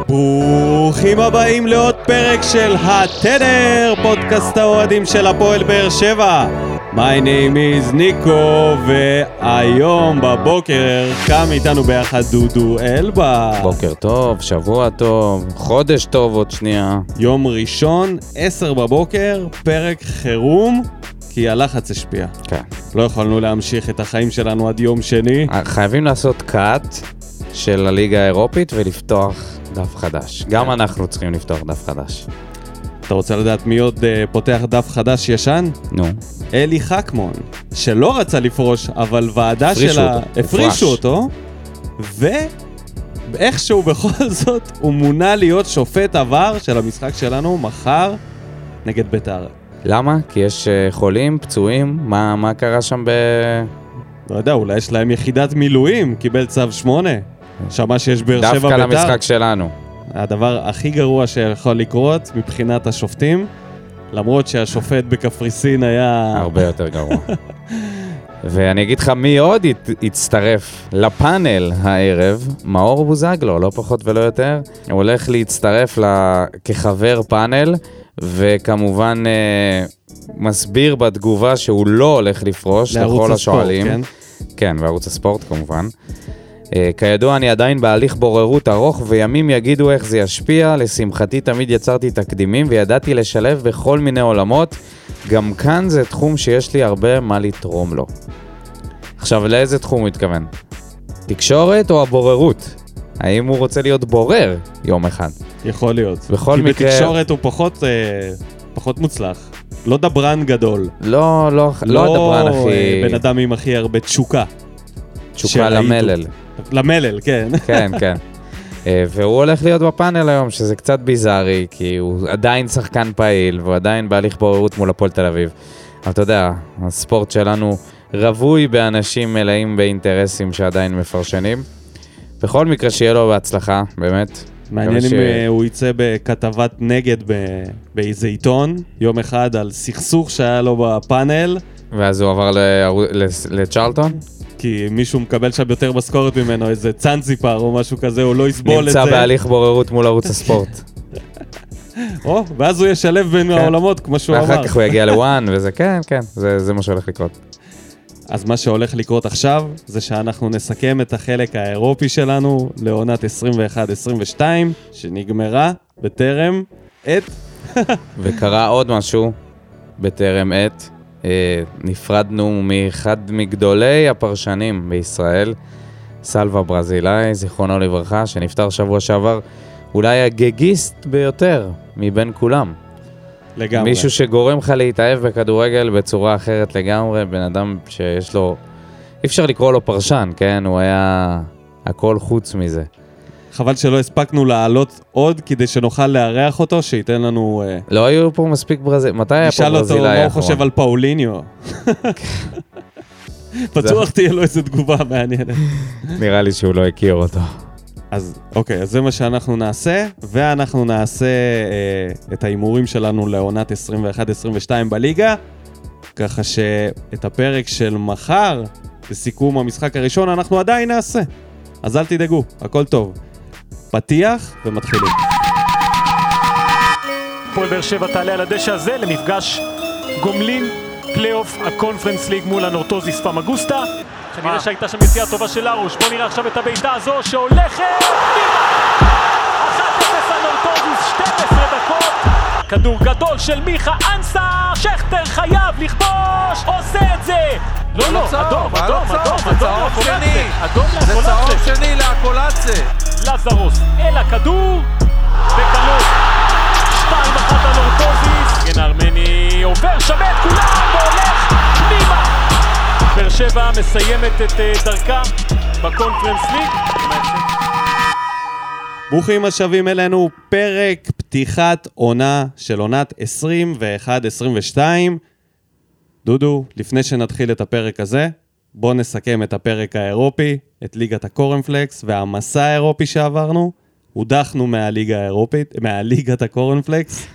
ברוכים הבאים לעוד פרק של התדר, פודקאסט האוהדים של הפועל באר שבע. My name is ניקו, והיום בבוקר קם איתנו ביחד דודו אלבה. בוקר טוב, שבוע טוב, חודש טוב עוד שנייה. יום ראשון, 10 בבוקר, פרק חירום, כי הלחץ השפיע. כן. לא יכולנו להמשיך את החיים שלנו עד יום שני. חייבים לעשות קאט של הליגה האירופית ולפתוח דף חדש. גם אנחנו צריכים לפתוח דף חדש. אתה רוצה לדעת מי עוד פותח דף חדש ישן? נו. אלי חכמון, שלא רצה לפרוש, אבל ועדה שלה הפרישו אותו, ואיכשהו בכל זאת הוא מונה להיות שופט עבר של המשחק שלנו מחר נגד בית"ר. למה? כי יש חולים, פצועים, מה קרה שם לא יודע, אולי יש להם יחידת מילואים, קיבל צו 8, שמע שיש באר שבע בית"ר. דווקא למשחק שלנו. הדבר הכי גרוע שיכול לקרות מבחינת השופטים, למרות שהשופט בקפריסין היה... הרבה יותר גרוע. ואני אגיד לך מי עוד יצטרף לפאנל הערב, מאור בוזגלו, לא פחות ולא יותר. הוא הולך להצטרף כחבר פאנל, וכמובן מסביר בתגובה שהוא לא הולך לפרוש לכל השואלים. כן? כן, בערוץ הספורט כמובן. כידוע אני עדיין בהליך בוררות ארוך וימים יגידו איך זה ישפיע. לשמחתי תמיד יצרתי תקדימים וידעתי לשלב בכל מיני עולמות. גם כאן זה תחום שיש לי הרבה מה לתרום לו. עכשיו לאיזה תחום הוא מתכוון? תקשורת או הבוררות? האם הוא רוצה להיות בורר יום אחד? יכול להיות. בכל כי מקרה... בתקשורת הוא פחות מוצלח. לא דברן גדול. לא הדברן הכי... בן אדם עם הכי הרבה תשוקה. תשוקה למלל. למלל, כן. כן, כן. והוא הולך להיות בפאנל היום, שזה קצת ביזארי, כי הוא עדיין שחקן פעיל, והוא עדיין בהליך בוררות מול הפועל תל אביב. אבל אתה יודע, הספורט שלנו רווי באנשים מלאים באינטרסים שעדיין מפרשנים. בכל מקרה שיהיה לו בהצלחה, באמת. מעניין אם הוא יצא בכתבת נגד באיזה עיתון, יום אחד על סכסוך שהיה לו בפאנל. ואז הוא עבר לצ'רלטון? כי מישהו מקבל שם יותר משכורת ממנו, איזה צנציפר או משהו כזה, הוא לא יסבול את זה. נמצא בהליך בוררות מול ערוץ הספורט. ואז הוא ישלב בין העולמות, כמו שהוא אמר. ואחר כך הוא יגיע לוואן, וזה כן, זה מה שהולך לקרות. אז מה שהולך לקרות עכשיו, זה שאנחנו נסכם את החלק האירופי שלנו, לעונת 21-22, שנגמרה בטרם עת. וקרה עוד משהו בטרם עת. נפרדנו מאחד מגדולי הפרשנים בישראל, סלווה ברזילאי, זיכרונו לברכה, שנפטר שבוע שעבר, אולי הגגיסט ביותר מבין כולם. לגמרי. מישהו שגורם לך להתאהב בכדורגל בצורה אחרת לגמרי, בן אדם שיש לו, אי אפשר לקרוא לו פרשן, כן? הוא היה הכל חוץ מזה. חבל שלא הספקנו לעלות עוד כדי שנוכל לארח אותו, שייתן לנו... לא היו פה מספיק ברזיל... מתי היה פה ברזילאי האחרון? נשאל אותו מה הוא חושב על פאוליניו. פתוח תהיה לו איזו תגובה מעניינת. נראה לי שהוא לא הכיר אותו. אז אוקיי, אז זה מה שאנחנו נעשה, ואנחנו נעשה את האימורים שלנו לעונת 21-22 בליגה, ככה שאת הפרק של מחר, בסיכום המשחק הראשון, אנחנו עדיין נעשה. אז אל תדאגו, הכל טוב. פתיח ומתחילים. הפועל באר שבע תעלה על הדשא הזה למפגש גומלין פלייאוף הקונפרנס ליג מול הנורטוזיס פמגוסטה. כנראה שהייתה שם יציאה טובה של ארוש. בוא נראה עכשיו את הביתה הזו שהולכת. 1-0 הנורטוזיס, 12 דקות. כדור גדול של מיכה אנסה. שכטר חייב לכבוש. עושה את זה. לא, אדום. זה צהוב שני לאקולצה. לזרוס אל הכדור. בקלות. 2-1 הנורטוזיס. גן ארמני עובר שם את כולם והולך פנימה. באר שבע מסיימת את דרכה בקונפרנס ליג. ברוכים השבים אלינו, פרק פתיחת עונה של עונת 21-22. דודו, לפני שנתחיל את הפרק הזה, בוא נסכם את הפרק האירופי, את ליגת הקורנפלקס והמסע האירופי שעברנו. הודחנו מהליגה האירופית, מהליגת הקורנפלקס.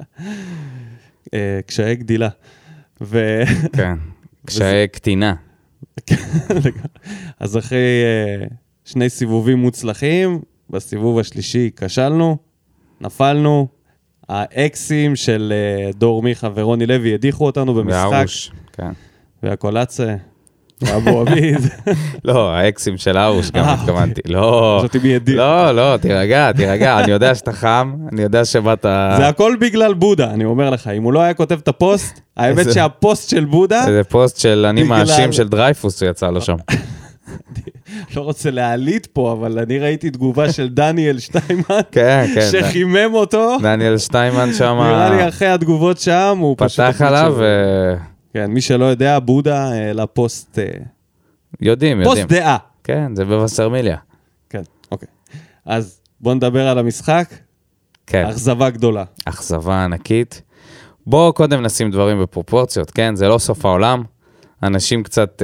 קשיי גדילה. כן, קשיי קטינה. אז אחרי שני סיבובים מוצלחים, בסיבוב השלישי כשלנו, נפלנו, האקסים של דור מיכה ורוני לוי הדיחו אותנו במשחק. והרוש, כן. והקולצה, ואבו עביד. לא, האקסים של הרוש גם התכוונתי. לא, חשבתי מי הדיח. לא, תירגע, אני יודע שאתה חם, אני יודע שבאת... זה הכל בגלל בודה, אני אומר לך, אם הוא לא היה כותב את הפוסט, האמת שהפוסט של בודה... זה פוסט של אני מאשים של דרייפוס שיצא לו שם. לא רוצה להעליט פה, אבל אני ראיתי תגובה של דניאל שטיימן, כן. שחימם אותו. דניאל שטיימן שם... נראה לי אחרי התגובות שם, הוא פשוט... פתח עליו ו... כן, מי שלא יודע, בודה לפוסט... יודעים. פוסט דעה. כן, זה בווסרמיליה. כן, אוקיי. אז בוא נדבר על המשחק. כן. אכזבה גדולה. אכזבה ענקית. בואו קודם נשים דברים בפרופורציות, כן? זה לא סוף העולם. אנשים קצת...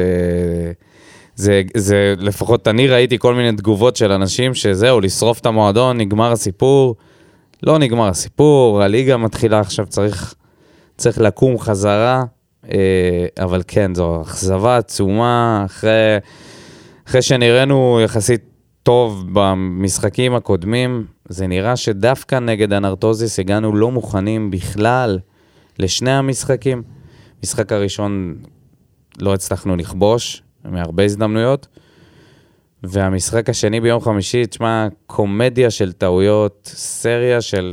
זה לפחות אני ראיתי כל מיני תגובות של אנשים שזהו, לשרוף את המועדון, נגמר הסיפור. לא נגמר הסיפור, הליגה מתחילה עכשיו, צריך לקום חזרה. אבל כן, זו אכזבה עצומה, אחרי שנראינו יחסית טוב במשחקים הקודמים, זה נראה שדווקא נגד הנרטוזיס הגענו לא מוכנים בכלל לשני המשחקים. משחק הראשון לא הצלחנו לכבוש מהרבה הזדמנויות, והמשחק השני ביום חמישי, תשמע, קומדיה של טעויות, סריה של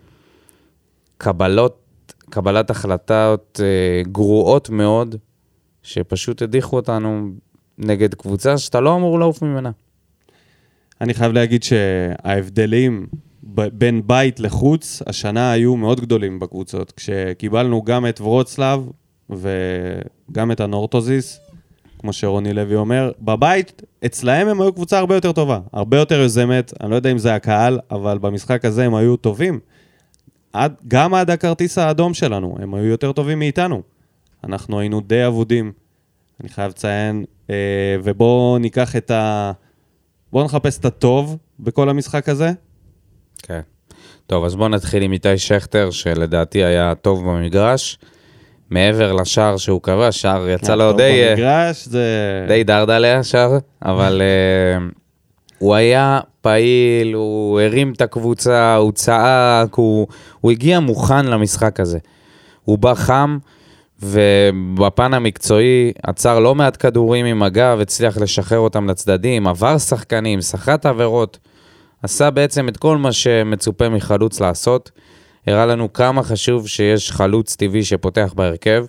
קבלת החלטות גרועות מאוד, שפשוט הדיחו אותנו נגד קבוצה שאתה לא אמור לעוף ממנה. אני חייב להגיד שההבדלים בין בית לחוץ, השנה היו מאוד גדולים בקבוצות. כשקיבלנו גם את ורוצלב וגם את הנורטוזיס, כמו שרוני לוי אומר, בבית, אצלהם הם היו קבוצה הרבה יותר טובה, הרבה יותר יוזמת, אני לא יודע אם זה הקהל, אבל במשחק הזה הם היו טובים. גם עד הכרטיס האדום שלנו, הם היו יותר טובים מאיתנו. אנחנו היינו די עבודים, אני חייב לציין, ובואו ניקח בואו נחפש את הטוב בכל המשחק הזה. כן. טוב, אז בואו נתחיל עם איתי שכטר, שלדעתי היה טוב במגרש, מעבר לשער שהוא קבע, שער יצא לו די... במגרש זה... די דרדלה השער, אבל הוא היה פעיל, הוא הרים את הקבוצה, הוא צעק, הוא הגיע מוכן למשחק הזה. הוא בא חם, ובפן המקצועי עצר לא מעט כדורים עם הגב, הצליח לשחרר אותם לצדדים, עבר שחקנים, שחט עבירות, עשה בעצם את כל מה שמצופה מחלוץ לעשות, הראה לנו כמה חשוב שיש חלוץ טבעי שפותח בהרכב.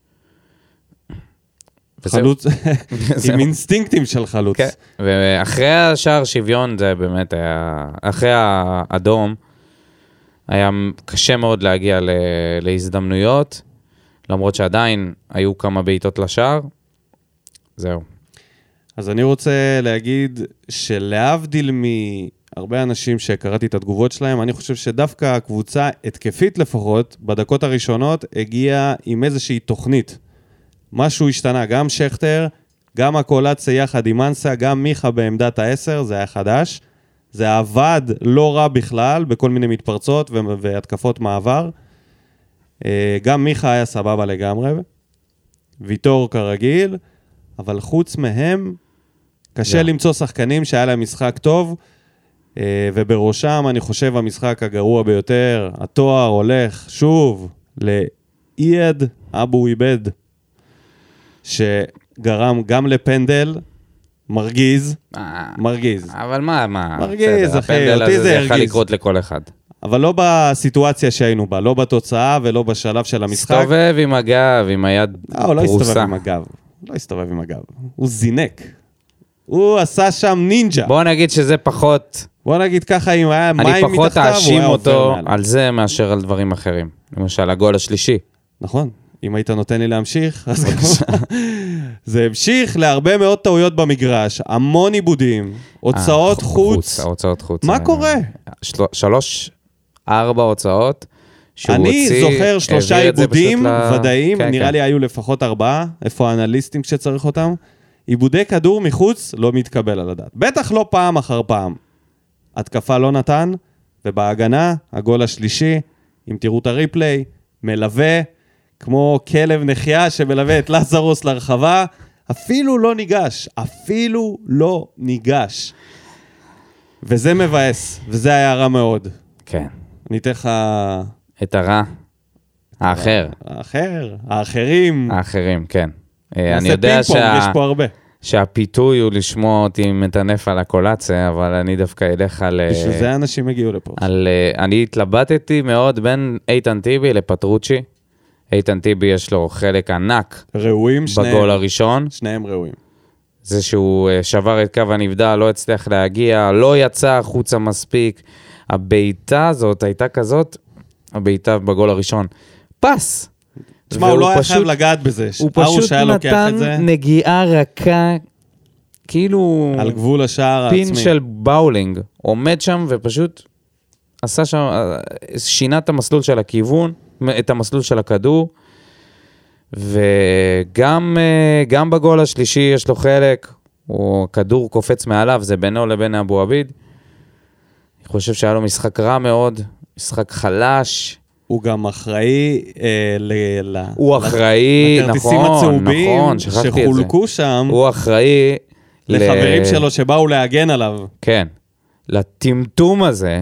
חלוץ, עם אינסטינקטים של חלוץ. כן, ואחרי השער שוויון, זה באמת היה, אחרי האדום, היה קשה מאוד להגיע להזדמנויות, למרות שעדיין היו כמה בעיטות לשער, זהו. אז אני רוצה להגיד שלהבדיל מהרבה אנשים שקראתי את התגובות שלהם, אני חושב שדווקא הקבוצה התקפית לפחות, בדקות הראשונות, הגיעה עם איזושהי תוכנית. משהו השתנה, גם שכטר, גם הקולציה יחד עם אנסה, גם מיכה בעמדת ה-10, זה היה חדש. זה עבד לא רע בכלל, בכל מיני מתפרצות והתקפות מעבר. גם מיכה היה סבבה לגמרי, ויתור כרגיל, אבל חוץ מהם, קשה למצוא שחקנים שהיה להם משחק טוב, ובראשם אני חושב המשחק הגרוע ביותר, התואר הולך שוב לאייד אבו עיבד, שגרם גם לפנדל, מרגיז. אבל מה? מרגיז, אחי, הפנדל אותי הזה זה יכול הרגיז. לקרות לכל אחד. אבל לא בסיטואציה שהיינו בה, לא בתוצאה ולא בשלב של המשחק. הסתובב עם הגב, עם היד פרוסה. הוא לא הסתובב עם הגב. הוא זינק. הוא עשה שם נינג'ה. בוא נגיד שזה פחות... בוא נגיד ככה, אם היה מים מתחתיו, אני פחות אאשים אותו מעל. על זה מאשר על דברים אחרים. למשל, הגול השלישי. נכון. אם היית נותן לי להמשיך, אז זה המשיך להרבה מאוד טעויות במגרש, המון עיבודים, הוצאות חוץ. הוצאות חוץ. מה קורה? 3-4 הוצאות. אני זוכר 3 עיבודים ודאיים, כן, נראה לי היו לפחות 4, איפה האנליסטים כשצריך אותם. עיבודי כדור מחוץ לא מתקבל על הדעת. בטח לא פעם אחר פעם. התקפה לא נתן, ובהגנה, הגול השלישי, אם תראו את הריפליי, מלווה, כמו כלב נחיה שמלווה את לזרוס לרחבה, אפילו לא ניגש. וזה מבאס, וזה היה רע מאוד. כן. אני אתן לך... את הרע. האחרים. האחרים, כן. אני נעשה יודע פינג פונג, יש פה הרבה. שהפיתוי הוא לשמוע אותי מטנף על הקולציה, אבל אני דווקא אלך על... בשביל זה אנשים הגיעו לפה. אני התלבטתי מאוד בין איתן טיבי לפטרוצ'י. איתן טיבי יש לו חלק ענק ראויים, בגול הראשון. שניהם ראויים. זה שהוא שבר את קו הנבדל, לא הצליח להגיע, לא יצא החוצה מספיק. הבעיטה הזאת הייתה כזאת, הבעיטה בגול הראשון. פס! תשמע, הוא לא היה חייב לגעת בזה. הוא פשוט נתן נגיעה רכה, כאילו... על גבול השער העצמי. פין של באולינג. עומד שם ופשוט עשה שם, שינה את המסלול של הכיוון, את המסלול של הכדור, וגם בגול השלישי יש לו חלק, הוא כדור קופץ מעליו, זה בינו לבין אבו עביד. אני חושב שהיה לו משחק רע מאוד, משחק חלש. הוא גם אחראי הוא אחראי, לכרטיסים הצהובים שחולקו שם. הוא אחראי לחברים שלו שבאו להגן עליו. כן. לטמטום הזה,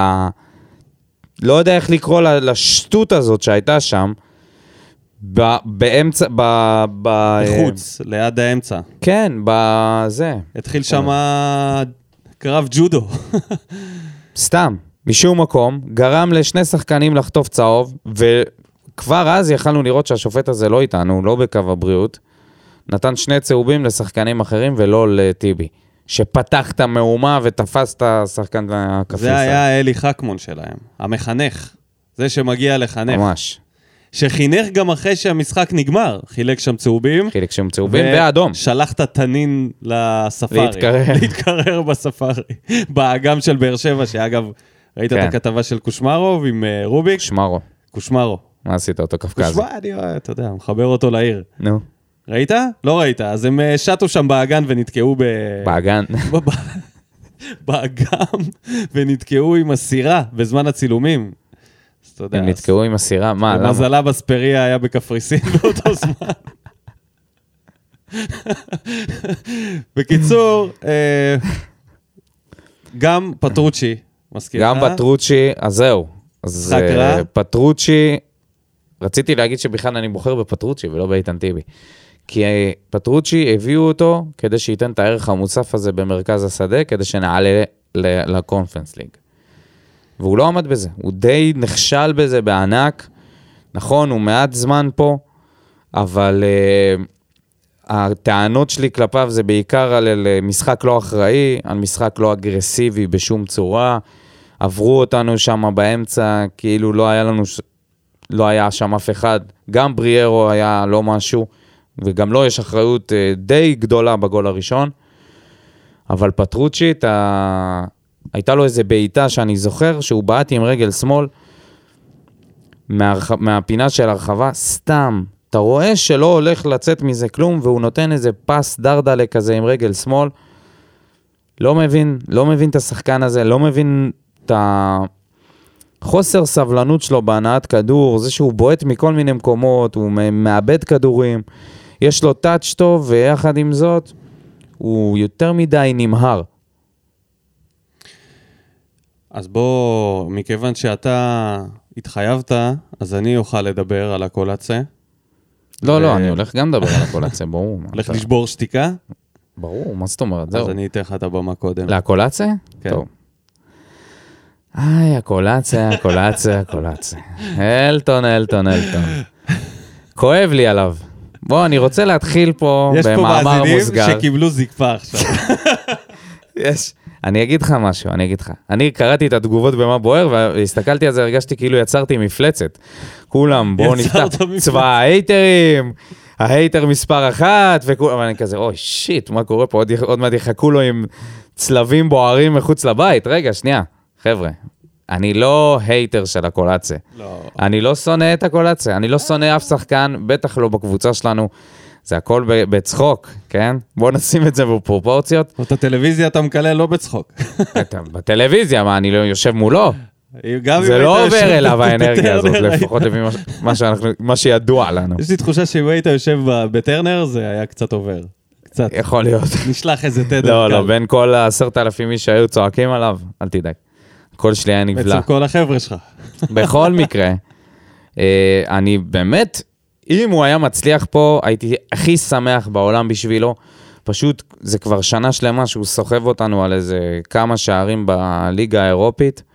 לא יודע איך לקרוא לשטות הזאת שהייתה שם, באמצע, בחוץ, ליד האמצע. כן, בזה. התחיל שם קרב ג'ודו. סתם, משום מקום, גרם לשני שחקנים לחטוף צהוב, וכבר אז יכלנו לראות שהשופט הזה לא איתנו, לא בקו הבריאות, נתן שני צהובים לשחקנים אחרים ולא לטיבי. שפתח את המהומה ותפס את השחקן הקפיסה. זה היה אלי חכמון שלהם, המחנך. זה שמגיע לחנך. ממש. שחינך גם אחרי שהמשחק נגמר. חילק שם צהובים. ואדום. שלח את התנין לספארי. להתקרר בספארי. באגם של באר שבע, שאגב, ראית את הכתבה של קושמרוב עם רוביק? קושמרו. מה עשית אותו קפקזי? אתה יודע, מחבר אותו לעיר. נו. ראית? לא ראית. אז הם שטו שם באגן ונתקעו באגן. באגם, ונתקעו עם הסירה בזמן הצילומים. הם נתקעו עם הסירה? מה? למה? מזלה בספריה היה בקפריסין באותו זמן. בקיצור, גם פטרוצ'י, מזכיר לך? גם פטרוצ'י, אז זהו. משחק רע? פטרוצ'י, רציתי להגיד שבכלל אני בוחר בפטרוצ'י ולא באיתן טיבי. כי פטרוצ'י הביאו אותו כדי שייתן את הערך המוסף הזה במרכז השדה, כדי שנעלה לקונפרנס ליג. והוא לא עמד בזה, הוא די נכשל בזה בענק, נכון, הוא מעט זמן פה, אבל הטענות שלי כלפיו זה בעיקר על משחק לא אחראי, על משחק לא אגרסיבי בשום צורה, עברו אותנו שם באמצע, כאילו לא היה שם אף אחד, גם בריארו היה לא משהו, וגם לו יש אחריות די גדולה בגול הראשון, אבל פטרוצ'י, הייתה לו איזה בעיטה שאני זוכר, שהוא בעט עם רגל שמאל, מהפינה של הרחבה, סתם, אתה רואה שלא הולך לצאת מזה כלום, והוא נותן איזה פס דרדלה כזה עם רגל שמאל, לא מבין את השחקן הזה, לא מבין את החוסר סבלנות שלו בהנעת כדור, זה שהוא בועט מכל מיני מקומות, הוא מאבד כדורים, יש לו טאץ' טוב, ויחד עם זאת, הוא יותר מדי נמהר. אז בוא, מכיוון שאתה התחייבת, אז אני אוכל לדבר על הקולציה. לא, אני הולך גם לדבר על הקולציה, ברור. הולך לשבור שתיקה? ברור, מה זאת אומרת? זהו. אז אני אתן לך את הבמה קודם. לקולציה? כן. טוב. הקולציה. אלטון. כואב לי עליו. בוא, אני רוצה להתחיל פה במאמר מוסגר. יש פה מאזינים שקיבלו זקפה עכשיו. יש. אני אגיד לך משהו. אני קראתי את התגובות במה בוער, והסתכלתי על זה, הרגשתי כאילו יצרתי מפלצת. כולם, בואו נפתח צבא ההייטרים, ההייטר מספר 1, אבל אני כזה, אוי, שיט, מה קורה פה? עוד מעט יחכו לו עם צלבים בוערים מחוץ לבית. רגע, שנייה, חבר'ה. אני לא הייטר של הקולציה. לא. אני לא שונא את הקולציה. אני לא שונא אף שחקן, בטח לא בקבוצה שלנו. זה הכל בצחוק, כן? בואו נשים את זה בפרופורציות. את הטלוויזיה אתה מקלל לא בצחוק. בטלוויזיה, מה, אני לא יושב מולו? זה לא עובר אליו האנרגיה הזאת, לפחות לפי מה שידוע לנו. יש לי תחושה שאם היית יושב בטרנר, זה היה קצת עובר. קצת. יכול להיות. נשלח איזה תדר. לא, לא, בין כל 10,000 איש שהיו צועקים עליו, אל תדאג. הקול שלי היה נבלע. בעצם כל החבר'ה שלך. בכל מקרה, אני באמת, אם הוא היה מצליח פה, הייתי הכי שמח בעולם בשבילו. פשוט, זה כבר שנה שלמה שהוא סוחב אותנו על איזה כמה שערים בליגה האירופית,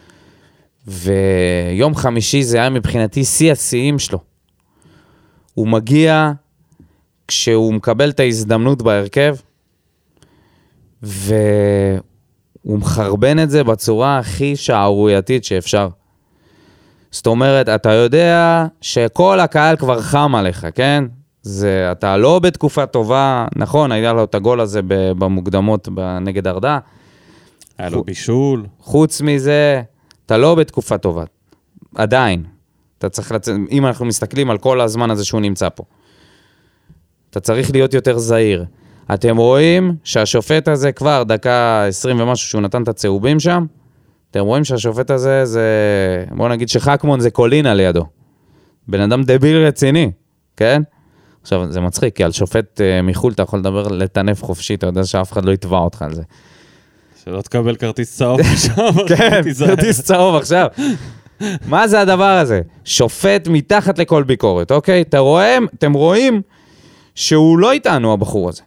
ויום חמישי זה היה מבחינתי שיא השיאים שלו. הוא מגיע כשהוא מקבל את ההזדמנות בהרכב, והוא מחרבן את זה בצורה הכי שערורייתית שאפשר. זאת אומרת, אתה יודע שכל הקהל כבר חם עליך, כן? אתה לא בתקופה טובה, נכון, היה לו את הגול הזה במוקדמות נגד ארדה. היה לו בישול. חוץ מזה, אתה לא בתקופה טובה. עדיין. אתה צריך אם אנחנו מסתכלים על כל הזמן הזה שהוא נמצא פה. אתה צריך להיות יותר זהיר. אתם רואים שהשופט הזה כבר דקה 20 ומשהו שהוא נתן את הצהובים שם, אתם רואים שהשופט הזה זה, בוא נגיד שחכמון זה קולינה לידו. בן אדם דביל רציני, כן? עכשיו, זה מצחיק, כי על שופט מחול אתה יכול לדבר לטנף חופשי, אתה יודע שאף אחד לא יתבע אותך על זה. שלא תקבל כרטיס צהוב משם. כן, כרטיס צהוב עכשיו. מה זה הדבר הזה? שופט מתחת לכל ביקורת, אוקיי? אתם רואים שהוא לא איתנו, הבחור הזה.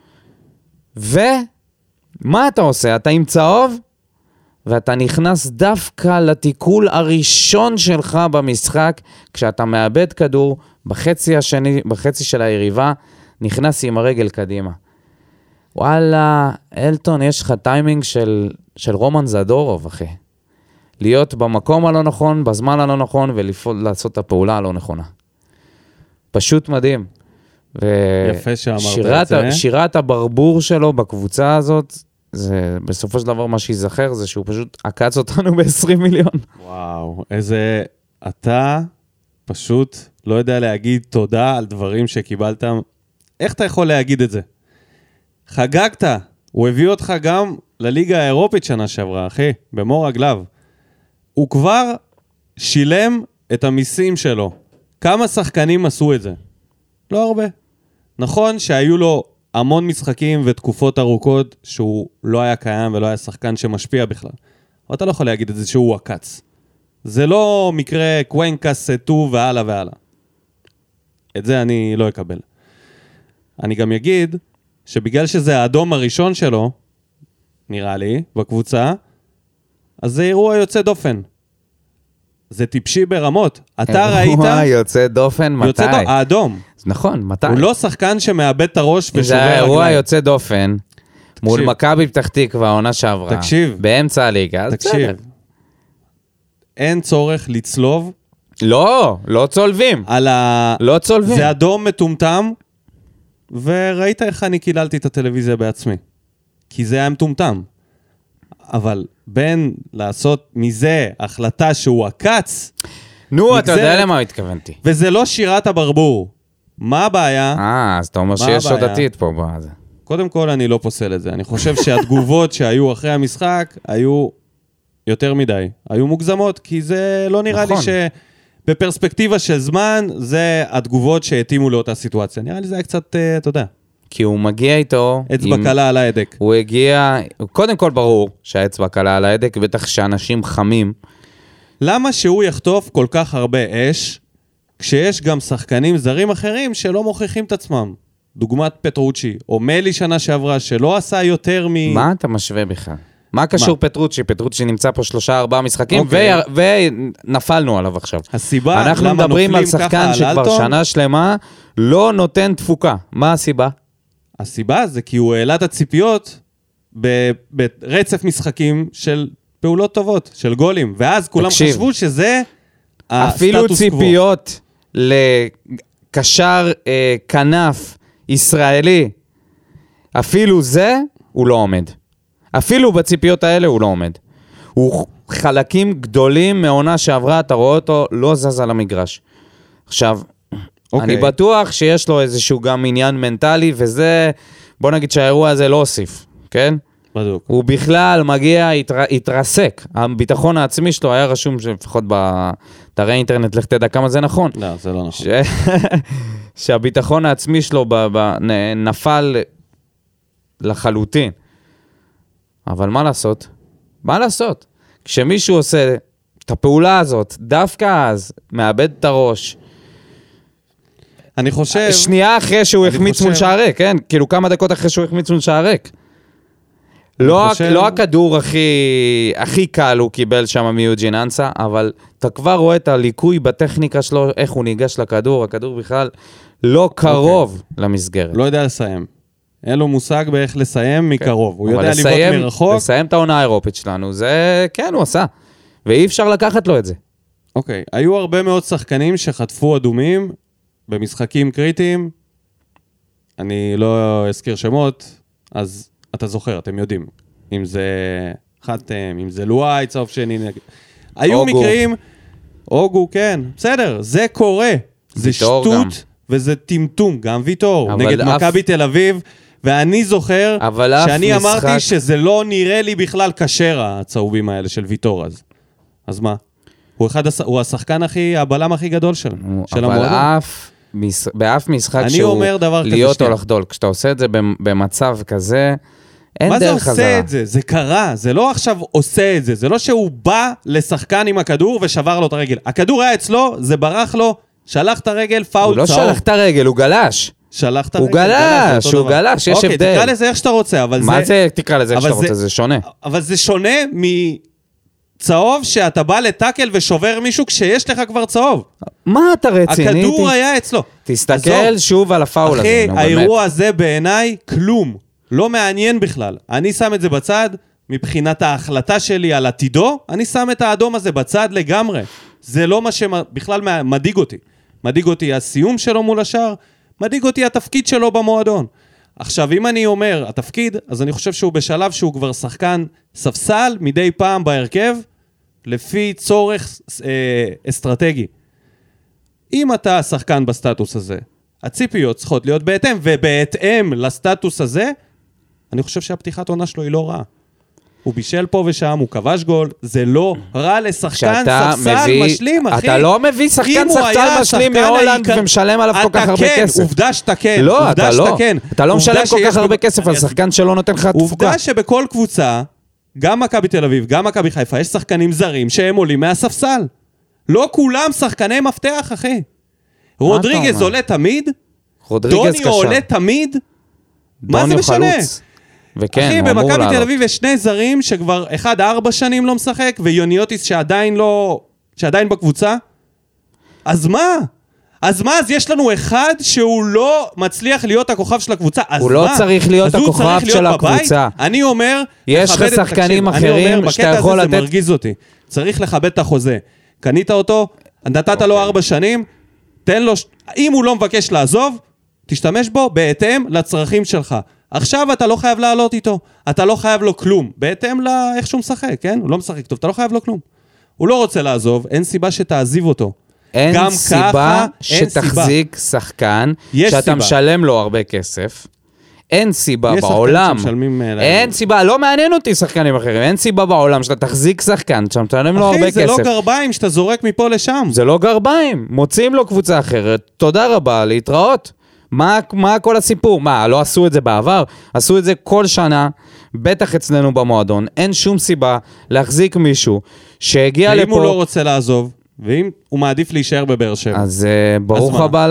ומה אתה עושה? אתה עם צהוב, ואתה נכנס דווקא לתיקול הראשון שלך במשחק, כשאתה מאבד כדור בחצי של היריבה, נכנס עם הרגל קדימה. וואלה, אלטון, יש לך טיימינג של רומן זדורוב, אחי. להיות במקום הלא נכון, בזמן הלא נכון, ולעשות את הפעולה הלא נכונה. פשוט מדהים. יפה שאמרת את זה. שירת הברבור שלו בקבוצה הזאת, זה בסופו של דבר מה שיזכר, זה שהוא פשוט עקץ אותנו ב-20 מיליון. וואו, איזה... אתה פשוט לא יודע להגיד תודה על דברים שקיבלת. איך אתה יכול להגיד את זה? חגגת, הוא הביא אותך גם לליגה האירופית שנה שעברה, אחי, במור רגליו. הוא כבר שילם את המיסים שלו. כמה שחקנים עשו את זה? לא הרבה. נכון שהיו לו המון משחקים ותקופות ארוכות שהוא לא היה קיים ולא היה שחקן שמשפיע בכלל. אבל אתה לא יכול להגיד את זה שהוא עקץ. זה לא מקרה קוונקה, סטו והלאה והלאה. את זה אני לא אקבל. אני גם אגיד שבגלל שזה האדום הראשון שלו, נראה לי, בקבוצה, אז זה אירוע יוצא דופן. זה טיפשי ברמות. אתה ראית... אירוע יוצא דופן, מתי? האדום. נכון, מתי? הוא לא שחקן שמאבד את הראש ושובר רגליים. זה האירוע יוצא דופן, מול מכבי פתח תקווה, העונה שעברה. תקשיב. באמצע הליגה. תקשיב. אין צורך לצלוב. לא, לא צולבים. לא צולבים. זה אדום מטומטם, וראית איך אני קיללתי את הטלוויזיה בעצמי. כי זה היה מטומטם. אבל בין לעשות מזה החלטה שהוא עקץ... נו, אתה יודע למה התכוונתי. וזה לא שירת הברבור. מה הבעיה? אז אתה אומר שיש עוד עתיד פה. קודם כל, אני לא פוסל את זה. אני חושב שהתגובות שהיו אחרי המשחק היו יותר מדי. היו מוגזמות, כי זה לא נראה לי שבפרספקטיבה של זמן, זה התגובות שהתאימו לאותה סיטואציה. נראה לי זה היה קצת, אתה יודע. כי הוא מגיע איתו... אצבע קלה על ההדק. הוא הגיע... קודם כל ברור שהאצבע קלה על ההדק, בטח שאנשים חמים. למה שהוא יחטוף כל כך הרבה אש, כשיש גם שחקנים זרים אחרים שלא מוכיחים את עצמם? דוגמת פטרוצ'י, או מלי שנה שעברה, שלא עשה יותר מה אתה משווה בכלל? מה קשור פטרוצ'י? פטרוצ'י נמצא פה 3-4 משחקים, ונפלנו עליו עכשיו. הסיבה, אנחנו מדברים על שחקן שכבר שנה שלמה לא נותן תפוקה. מה הסיבה? הסיבה זה כי הוא העלה את הציפיות ברצף משחקים של פעולות טובות, של גולים, ואז כולם חשבו שזה הסטטוס קוו. אפילו ציפיות לקשר כנף ישראלי, אפילו זה הוא לא עומד. אפילו בציפיות האלה הוא לא עומד. הוא חלקים גדולים מעונה שעברה, אתה רואה אותו, לא זז על המגרש. עכשיו, אני בטוח שיש לו איזשהו גם עניין מנטלי, וזה, בוא נגיד שהאירוע הזה לא הוסיף, כן? בדיוק. הוא בכלל מגיע, התרסק. הביטחון העצמי שלו היה רשום, לפחות באתרי אינטרנט, לך תדע כמה זה נכון. לא, זה לא נכון. שהביטחון העצמי שלו נפל לחלוטין. אבל מה לעשות? מה לעשות? כשמישהו עושה את הפעולה הזאת, דווקא אז, מאבד את הראש, אני חושב... שנייה אחרי שהוא החמיץ מול שער ריק, כן? כאילו כמה דקות אחרי שהוא החמיץ מול שער ריק. לא הכדור הכי קל הוא קיבל שם מיוג'ין אנסה, אבל אתה כבר רואה את הליקוי בטכניקה שלו, איך הוא ניגש לכדור, הכדור בכלל לא קרוב למסגרת. לא יודע לסיים. אין לו מושג באיך לסיים מקרוב. הוא יודע לבעוט מרחוק. לסיים את העונה האירופית שלנו, זה כן הוא עשה. ואי אפשר לקחת לו את זה. אוקיי, היו הרבה מאוד שחקנים שחטפו אדומים במשחקים קריטיים. אני לא אזכיר שמות, אז אתה זוכר, אתם יודעים. אם זה חתם, אם זה לואי, צהוב שני. היו מקרים, אוגו, כן, בסדר, זה קורה. זה שטות וזה טמטום, גם ויטור, נגד מכבי תל אביב, ואני זוכר שאני אמרתי שזה לא נראה לי בכלל קשר, הצהובים האלה של ויטור אז. אז מה? הוא השחקן הבלם הכי גדול שלנו. אבל באף משחק שהוא להיות או לחדול. כשאתה עושה את זה במצב כזה, אין דרך חזרה. מה זה עושה את זה? זה קרה. זה לא עכשיו עושה את זה. זה לא שהוא בא לשחקן עם הכדור ושבר לו את הרגל. הכדור היה אצלו, זה ברח לו, שלח את הרגל, פאול צהוב. הוא לא שלח את הרגל, הוא גלש. שלח את הרגל. הוא גלש, יש הבדל. אוקיי, תקרא לזה איך שאתה רוצה, אבל זה... מה זה תקרא לזה איך שאתה רוצה? זה שונה. אבל זה שונה צהוב שאתה בא לטאקל ושובר מישהו כשיש לך כבר צהוב. מה אתה רציני? הכדור היה אצלו. תסתכל שוב על הפאול הזה. אחי, האירוע הזה בעיניי כלום. לא מעניין בכלל. אני שם את זה בצד, מבחינת ההחלטה שלי על עתידו, אני שם את האדום הזה בצד לגמרי. זה לא מה שבכלל מדאיג אותי. מדאיג אותי הסיום שלו מול השאר, מדאיג אותי התפקיד שלו במועדון. עכשיו, אם אני אומר התפקיד, אז אני חושב שהוא בשלב שהוא כבר שחקן ספסל מדי פעם בהרכב, לפי צורך אסטרטגי. אם אתה שחקן בסטטוס הזה, הציפיות צריכות להיות בהתאם, ובהתאם לסטטוס הזה, אני חושב שהפתיחת עונה שלו היא לא רעה. הוא בישל פה ושם, הוא כבש גול, זה לא רע לשחקן ספסל משלים, אחי. אתה לא מביא שחקן ספסל משלים מהולנד ומשלם עליו כל כך הרבה כסף. עובדה שאתה כן, לא, אתה לא. אתה לא משלם כל כך הרבה כסף על שחקן שלא נותן לך תפוקה. עובדה שבכל קבוצה, גם מכבי תל אביב, גם מכבי חיפה, יש שחקנים זרים שהם עולים מהספסל. לא כולם שחקני מפתח, אחי. רודריגז עולה תמיד, דוני עולה תמיד, מה זה משנה? וכן, אחי, במכבי תל אביב יש שני זרים שכבר 1-4 שנים לא משחק, ויוניוטיס שעדיין בקבוצה. אז מה? אז יש לנו אחד שהוא לא מצליח להיות הכוכב של הקבוצה, אז הוא לא צריך להיות הכוכב של הקבוצה. אני אומר, יש לך שחקנים אחרים שאתה יכול לתת... זה מרגיז אותי. צריך לכבד את החוזה. קנית אותו, נתת לו 4 שנים, תן לו... אם הוא לא מבקש לעזוב, תשתמש בו בהתאם לצרכים שלך. עכשיו אתה לא חייב לעלות איתו, אתה לא חייב לו כלום, בהתאם לאיך שהוא משחק, כן? הוא לא משחק טוב, אתה לא חייב לו כלום. הוא לא רוצה לעזוב, אין סיבה שתעזיב אותו. אין סיבה שתחזיק שחקן, שאתה משלם לו הרבה כסף. אין סיבה בעולם. אין סיבה, לא מעניין אותי שחקנים אחרים, אין סיבה בעולם שאתה תחזיק שחקן, שאתה משלם לו הרבה כסף. אחי, זה לא גרביים שאתה זורק מפה לשם. זה לא גרביים, מוצאים לו קבוצה אחרת, תודה רבה, להתראות. מה כל הסיפור? מה, לא עשו את זה בעבר? עשו את זה כל שנה, בטח אצלנו במועדון. אין שום סיבה להחזיק מישהו שהגיע לפה... ואם הוא לא רוצה לעזוב, ואם הוא מעדיף להישאר בבאר שבע. אז ברוך הבא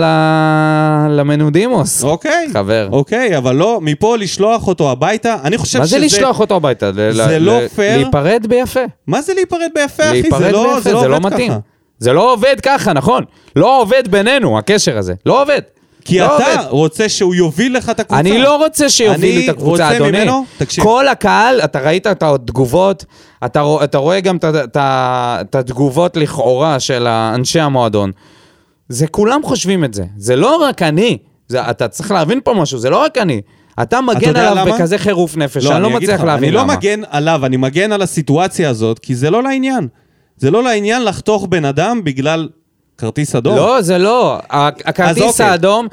למנודימוס. אוקיי. חבר. אוקיי, אבל לא, מפה לשלוח אותו הביתה, אני חושב שזה... מה זה לשלוח אותו הביתה? זה לא פייר. להיפרד ביפה. מה זה להיפרד ביפה, אחי? זה לא עובד ככה. זה לא עובד ככה, נכון? לא עובד בינינו, הקשר הזה. לא עובד. כי אתה רוצה שהוא יוביל לך את הקבוצה. אני לא רוצה שיוביל את הקבוצה, אדוני. כל הקהל, אתה ראית את התגובות, אתה רואה גם את התגובות לכאורה של אנשי המועדון. זה כולם חושבים את זה. זה לא רק אני. אתה צריך להבין פה משהו, זה לא רק אני. אתה מגן עליו בכזה חירוף נפש, אני לא מצליח להבין למה. אני לא מגן עליו, אני מגן על הסיטואציה הזאת, כי זה לא לעניין. זה לא לעניין לחתוך בן אדם בגלל... כרטיס אדום? לא, זה לא. הכרטיס האדום,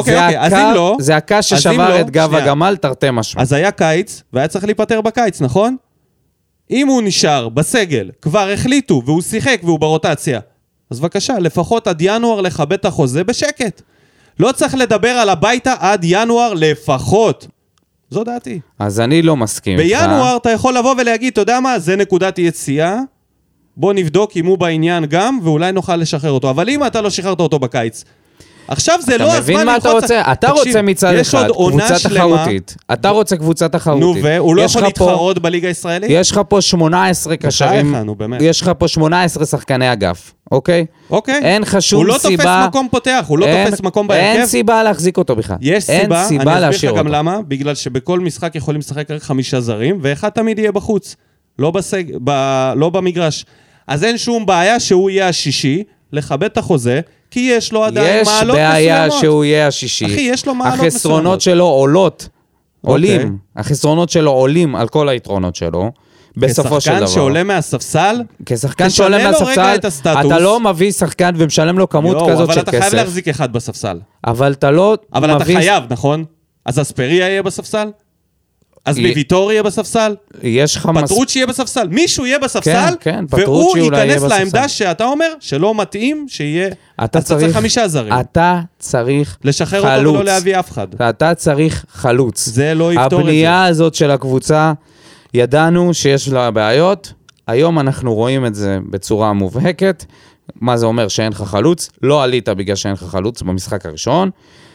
זה הקש ששבר את גב הגמל, תרתי משמע. אז היה קיץ, והיה צריך להיפטר בקיץ, נכון? אם הוא נשאר בסגל, כבר החליטו, והוא שיחק והוא ברוטציה, אז בבקשה, לפחות עד ינואר לכבד את החוזה בשקט. לא צריך לדבר על הביתה עד ינואר לפחות. זו דעתי. אז אני לא מסכים איתך. בינואר אתה יכול לבוא ולהגיד, אתה יודע מה, זה נקודת יציאה, בוא נבדוק אם הוא בעניין גם, ואולי נוכל לשחרר אותו. אבל אם אתה לא שחררת אותו בקיץ, עכשיו זה לא הזמן אתה מבין מה אתה רוצה? אתה רוצה מצד אחד קבוצה תחרותית. אתה רוצה קבוצה תחרותית. נו, והוא לא יכול להתחרות בליגה הישראלית? יש לך פה 18 קשרים. יש לך פה 18 שחקני אגף, אוקיי? אוקיי. אין לך שום סיבה. הוא לא תופס מקום פותח, הוא לא תופס מקום בהרכב. אין סיבה להחזיק אותו בכלל. יש סיבה, אני אסביר לך גם למה, בגלל שבכל משחק יכולים לשחק רק 5 זרים, ואחד תמיד יהיה בחוץ, לא במגרש. אז אין שום בעיה שהוא יהיה השישי, לכבד את החוזה, כי יש לו עדיין מעלות מסוימות. יש בעיה שהוא יהיה השישי. אחי, יש לו מעלות מסוימות. החסרונות שלו עולים. החסרונות שלו עולים על כל היתרונות שלו, בסופו של דבר. כשחקן שעולה מהספסל, כשחקן שעולה מהספסל, אתה לא מביא שחקן ומשלם לו כמות כזאת של כסף. אבל אתה חייב להחזיק אחד בספסל. אבל אתה לא מביא... אבל אתה חייב, נכון? אז אספריה יהיה בספסל? אז לויטור יהיה בספסל? פטרוצ'י יהיה בספסל? מישהו יהיה בספסל? כן, והוא ייכנס לעמדה שאתה אומר שלא מתאים שיהיה... אתה צריך 5 זרים. אתה צריך חלוץ. לשחרר אותו ולא להביא אף אחד. אתה צריך חלוץ. זה לא יפתור את זה. הבנייה הזאת של הקבוצה, ידענו שיש לה בעיות, היום אנחנו רואים את זה בצורה מובהקת. מה זה אומר שאין לך חלוץ? לא עלית בגלל שאין לך חלוץ במשחק הראשון.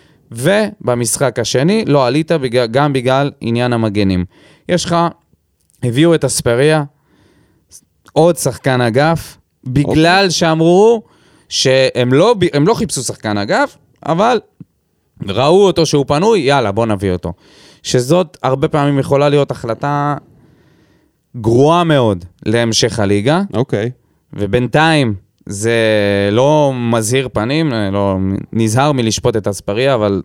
ובמשחק השני לא עלית גם בגלל עניין המגנים. יש לך, הביאו את אספריה, עוד שחקן אגף, בגלל שאמרו שהם לא חיפשו שחקן אגף, אבל ראו אותו שהוא פנוי, יאללה בוא נביא אותו. שזאת הרבה פעמים יכולה להיות החלטה גרועה מאוד להמשך הליגה. אוקיי. ובינתיים זה לא מזהיר פנים, לא נזהר מלשפוט את אספריה, אבל...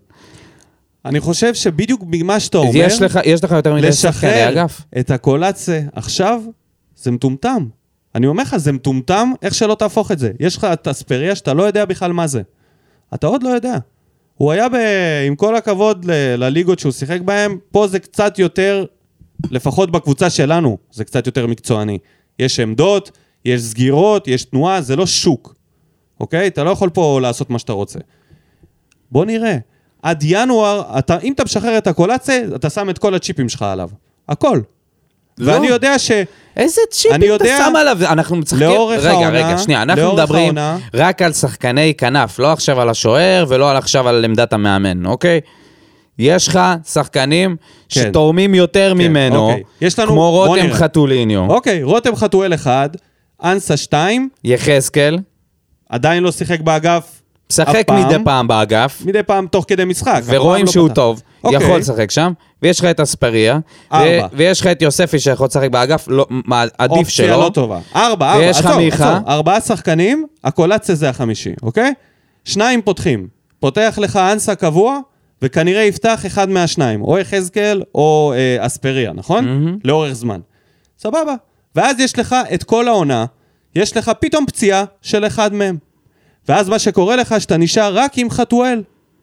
אני חושב שבדיוק במה שאתה אומר... יש לך יותר מדי שחקני אגף. לשחרר את הקולציה עכשיו, זה מטומטם. אני אומר לך, זה מטומטם, איך שלא תהפוך את זה. יש לך את אספריה שאתה לא יודע בכלל מה זה. אתה עוד לא יודע. הוא היה עם כל הכבוד לליגות שהוא שיחק בהם, פה זה קצת יותר, לפחות בקבוצה שלנו, זה קצת יותר מקצועני. יש עמדות, יש סגירות, יש תנועה, זה לא שוק. אוקיי? אתה לא יכול פה לעשות מה שאתה רוצה. בוא נראה. עד ינואר, אם אתה משחרר את הקולציה, אתה שם את כל הצ'יפים שלך עליו. הכל. לא. ואני יודע ש... איזה צ'יפים אתה שם עליו? אנחנו מצחקים... רגע, שנייה. אנחנו מדברים רק על שחקני כנף, לא עכשיו על השוער ולא עכשיו על עמדת המאמן, אוקיי? יש לך שחקנים שתורמים יותר ממנו, כמו רותם חתוליניו. אוקיי, רותם חתואל 1, אנסה 2. יחזקאל. עדיין לא שיחק באגף. שחק מדי פעם באגף. מדי פעם תוך כדי משחק. ורואים שהוא טוב. יכול לשחק שם. ויש לך את אספריה. ויש לך את יוספי שיכול לשחק באגף. עדיף שלו. אופציה לא טובה. 4. ויש לך מיכה. 4 שחקנים, הקולציה זה החמישי, אוקיי? 2 פותחים. פותח לך אנסה קבוע, וכנראה יפתח אחד מהשניים. או יחזקאל או אספריה, נכון? לאורך זמן. סבבה. ואז יש לך את כל העונה, יש לך פתאום פציעה של אחד מהם. ואז מה שקורה לך, שאתה נשאר רק עם חתואל.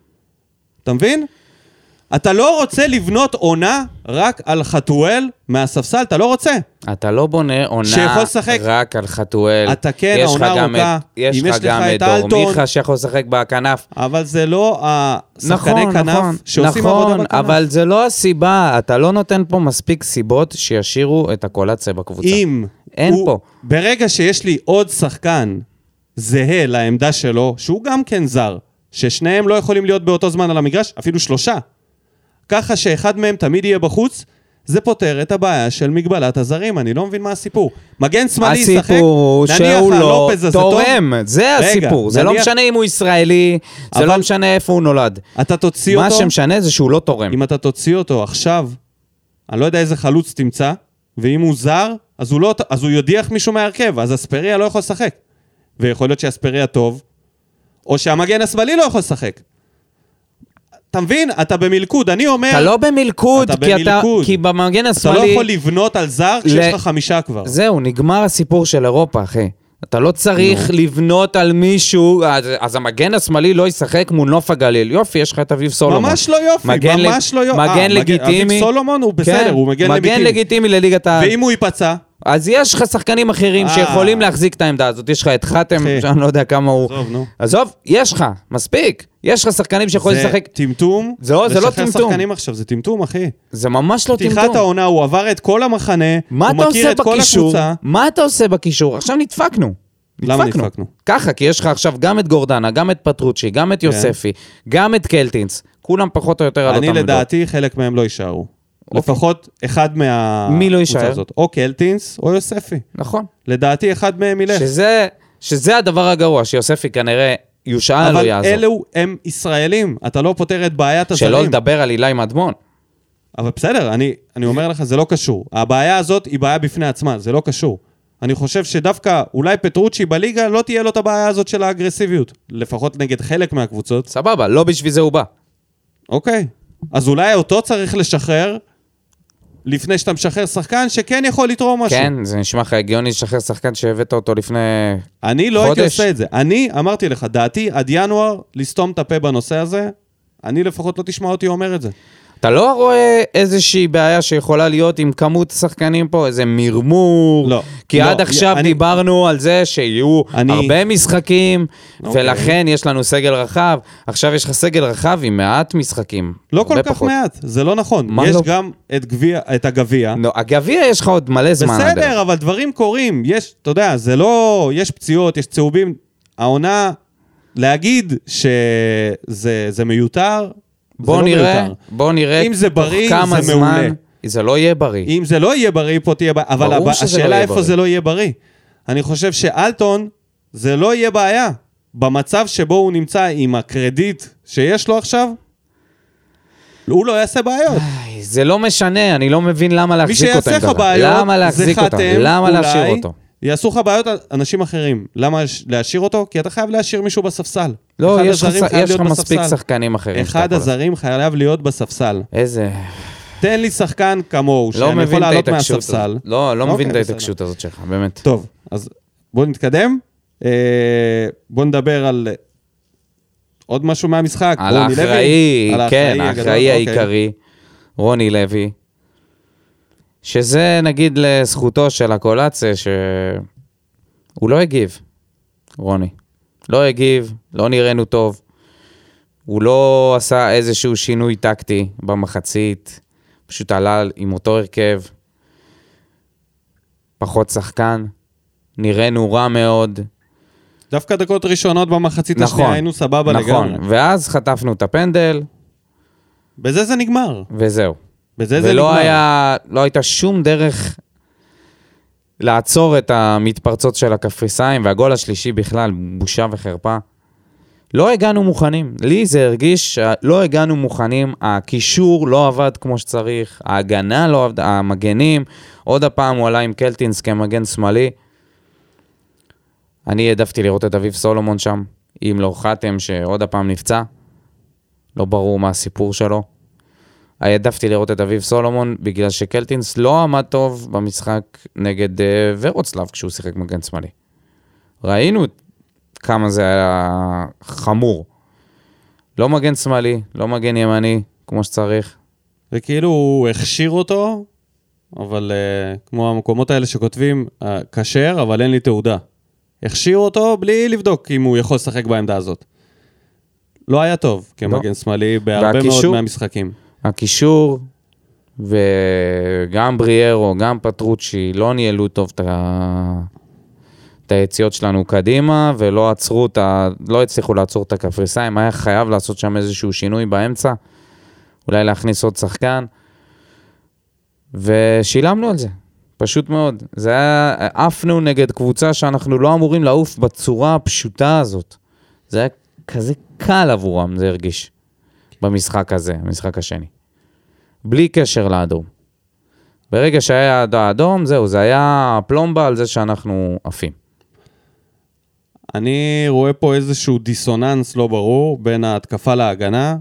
אתה מבין? אתה לא רוצה לבנות עונה רק על חתואל מהספסל, אתה לא רוצה. אתה לא בונה עונה רק על חתואל. אתה כן, העונה ארוכה. יש לך גם את דור מיכה שיכול לשחק בכנף. אבל זה לא השחקני כנף שעושים עבודה בכנף. נכון, אבל זה לא הסיבה. אתה לא נותן פה מספיק סיבות שישירו את הקולציה בקבוצה. אין פה. ברגע שיש לי עוד שחקן זהה לעמדה שלו, שהוא גם כן זר, ששניהם לא יכולים להיות באותו זמן על המגרש, אפילו 3. ככה שאחד מהם תמיד יהיה בחוץ, זה פותר את הבעיה של מגבלת הזרים. אני לא מבין מה הסיפור. מגן שמאלי ישחק, הסיפור שהוא לא תורם, זה הסיפור. זה לא משנה אם הוא ישראלי, זה לא משנה איפה הוא נולד. אתה תוציא אותו... מה שמשנה זה שהוא לא תורם. אם אתה תוציא אותו עכשיו, אני לא יודע איזה חלוץ תמצא, ואם הוא זר, אז הוא יודיח מישהו מהרכב, אז אספריה לא יכול לשחק. ויכול להיות שאספריה טוב, או שהמגן השמאלי לא יכול לשחק. אתה מבין? אתה במלכוד, אני אומר... אתה לא במלכוד, כי במגן השמאלי... אתה לא יכול לבנות על זר כשיש לך 5 כבר. זהו, נגמר הסיפור של אירופה, אחי. אתה לא צריך לבנות על מישהו, אז המגן השמאלי לא ישחק מול נוף הגליל. יופי, יש לך את אביב סולומון. ממש לא יופי, ממש לא יופי. מגן לגיטימי. אביב סולומון הוא בסדר, הוא מגן לגיטימי. מגן לגיטימי לליגת העל. ואם הוא ייפצע, אז יש לך שחקנים אחרים שיכולים להחזיק את העמדה הזאת. יש לך את חתם, שאני לא יודע כמה הוא... עזוב, יש לך, מספיק. יש לך שחקנים שיכולים לשחק... זה טמטום. זה לא טמטום. לשחרר שחקנים עכשיו, זה טמטום, אחי. זה ממש לא טמטום. פתיחת העונה, הוא עבר את כל המחנה, הוא מכיר את כל הקבוצה. מה אתה עושה בקישור? עכשיו נדפקנו. למה נדפקנו? ככה, כי יש לך עכשיו גם את גורדנה, גם את פטרוצ'י, גם את יוספי, גם את קלטינס. כולם פחות או יותר על אותם אני לדעתי חלק מהם לא יישארו. לפחות אחד מי לא יישאר? הזאת. או קלטינס או יוספי. נכון. לדעתי אחד מהם ילך. שזה הדבר הגרוע, שיוספי כנראה יושעה לא יעזור. אבל אלו הם ישראלים, אתה לא פותר את בעיית הזרים. שלא לדבר על אילי מדמון. אבל בסדר, אני אומר לך, זה לא קשור. הבעיה הזאת היא בעיה בפני עצמה, זה לא קשור. אני חושב שדווקא אולי פטרוצ'י בליגה לא תהיה לו את הבעיה הזאת של האגרסיביות. לפחות נגד חלק מהקבוצות. סבבה, לא בשביל זה הוא בא. אוקיי. אז אולי אותו צריך לשחרר לפני שאתה משחרר שחקן שכן יכול לתרום משהו. כן, זה נשמע לך הגיוני לשחרר שחקן שהבאת אותו לפני חודש. אני לא הייתי עושה את זה. אני אמרתי לך, דעתי עד ינואר לסתום את הפה בנושא הזה, אני לפחות לא תשמע אותי אומר את זה. אתה לא רואה איזושהי בעיה שיכולה להיות עם כמות שחקנים פה, איזה מרמור? לא. כי עד עכשיו דיברנו על זה שיהיו הרבה משחקים, ולכן יש לנו סגל רחב. עכשיו יש לך סגל רחב עם מעט משחקים. לא כל כך מעט, זה לא נכון. יש גם את הגביע. לא, הגביע יש לך עוד מלא זמן. בסדר, אבל דברים קורים. יש, אתה יודע, זה לא, יש פציעות, יש צהובים. העונה, להגיד שזה מיותר, בוא נראה אם זה בריא, זה מעולה. זה לא יהיה בריא. אם זה לא יהיה בריא, פה תהיה בעיה. אבל השאלה איפה זה לא יהיה בריא. אני חושב שאלטון, זה לא יהיה בעיה. במצב שבו הוא נמצא עם הקרדיט שיש לו עכשיו, הוא לא יעשה בעיות. זה לא משנה, אני לא מבין למה להחזיק אותו. מי שיעשה לך בעיות, זה חתם, למה להשאיר אותו? יעשו לך בעיות אנשים אחרים. למה להשאיר אותו? כי אתה חייב להשאיר מישהו בספסל. לא, יש לך מספיק שחקנים אחרים. אחד הזרים חייב להיות בספסל. איזה... תן לי שחקן כמוהו, שאני יכול לעלות מהספסל. לא מבין את ההתעקשות הזאת שלך, באמת. טוב, אז בואו נתקדם. בואו נדבר על עוד משהו מהמשחק. על האחראי, כן, האחראי העיקרי, רוני לוי. שזה נגיד לזכותו של הקולציה, שהוא לא הגיב, רוני. לא הגיב, לא נראינו טוב. הוא לא עשה איזשהו שינוי טקטי במחצית. פשוט עלה עם אותו הרכב. פחות שחקן. נראינו רע מאוד. דווקא דקות ראשונות במחצית השנייה היינו סבבה לגמרי. נכון, ואז חטפנו את הפנדל. בזה זה נגמר. וזהו. בזה זה נגמר. לא הייתה שום דרך לעצור את המתפרצות של הקפריסאים, והגול השלישי בכלל, בושה וחרפה. לא הגענו מוכנים. לי זה הרגיש שלא הגענו מוכנים, הקישור לא עבד כמו שצריך, ההגנה לא עבד, המגנים, עוד הפעם הוא עלה עם קלטינס כמגן שמאלי. אני העדפתי לראות את אביב סולומון שם, אם לא חתם שעוד הפעם נפצע. לא ברור מה הסיפור שלו. העדפתי לראות את אביב סולומון, בגלל שקלטינס לא עמד טוב במשחק נגד ורוצלב כשהוא שיחק מגן שמאלי. ראינו כמה זה היה חמור. לא מגן שמאלי, לא מגן ימני, כמו שצריך. וכאילו הוא הכשיר אותו, אבל כמו המקומות האלה שכותבים, קשר, אבל אין לי תעודה. הכשיר אותו בלי לבדוק אם הוא יכול לשחק בעמדה הזאת. לא היה טוב כמגן שמאלי בהרבה מאוד מהמשחקים. הקישור, וגם בריארו, גם פטרוצ'י, לא ניהלו טוב את היציאות שלנו קדימה, ולא הצליחו לעצור את הקפריסאים. היה חייב לעשות שם איזשהו שינוי באמצע, אולי להכניס עוד שחקן, ושילמנו על זה, פשוט מאוד. זה היה, עפנו נגד קבוצה שאנחנו לא אמורים לעוף בצורה הפשוטה הזאת. זה היה כזה קל עבורם, זה הרגיש, במשחק הזה, המשחק השני. בלי קשר לאדום. ברגע שהיה האדום, זהו, זה היה פלומבה על זה שאנחנו עפים. אני רואה פה איזשהו דיסוננס לא ברור בין ההתקפה להגנה,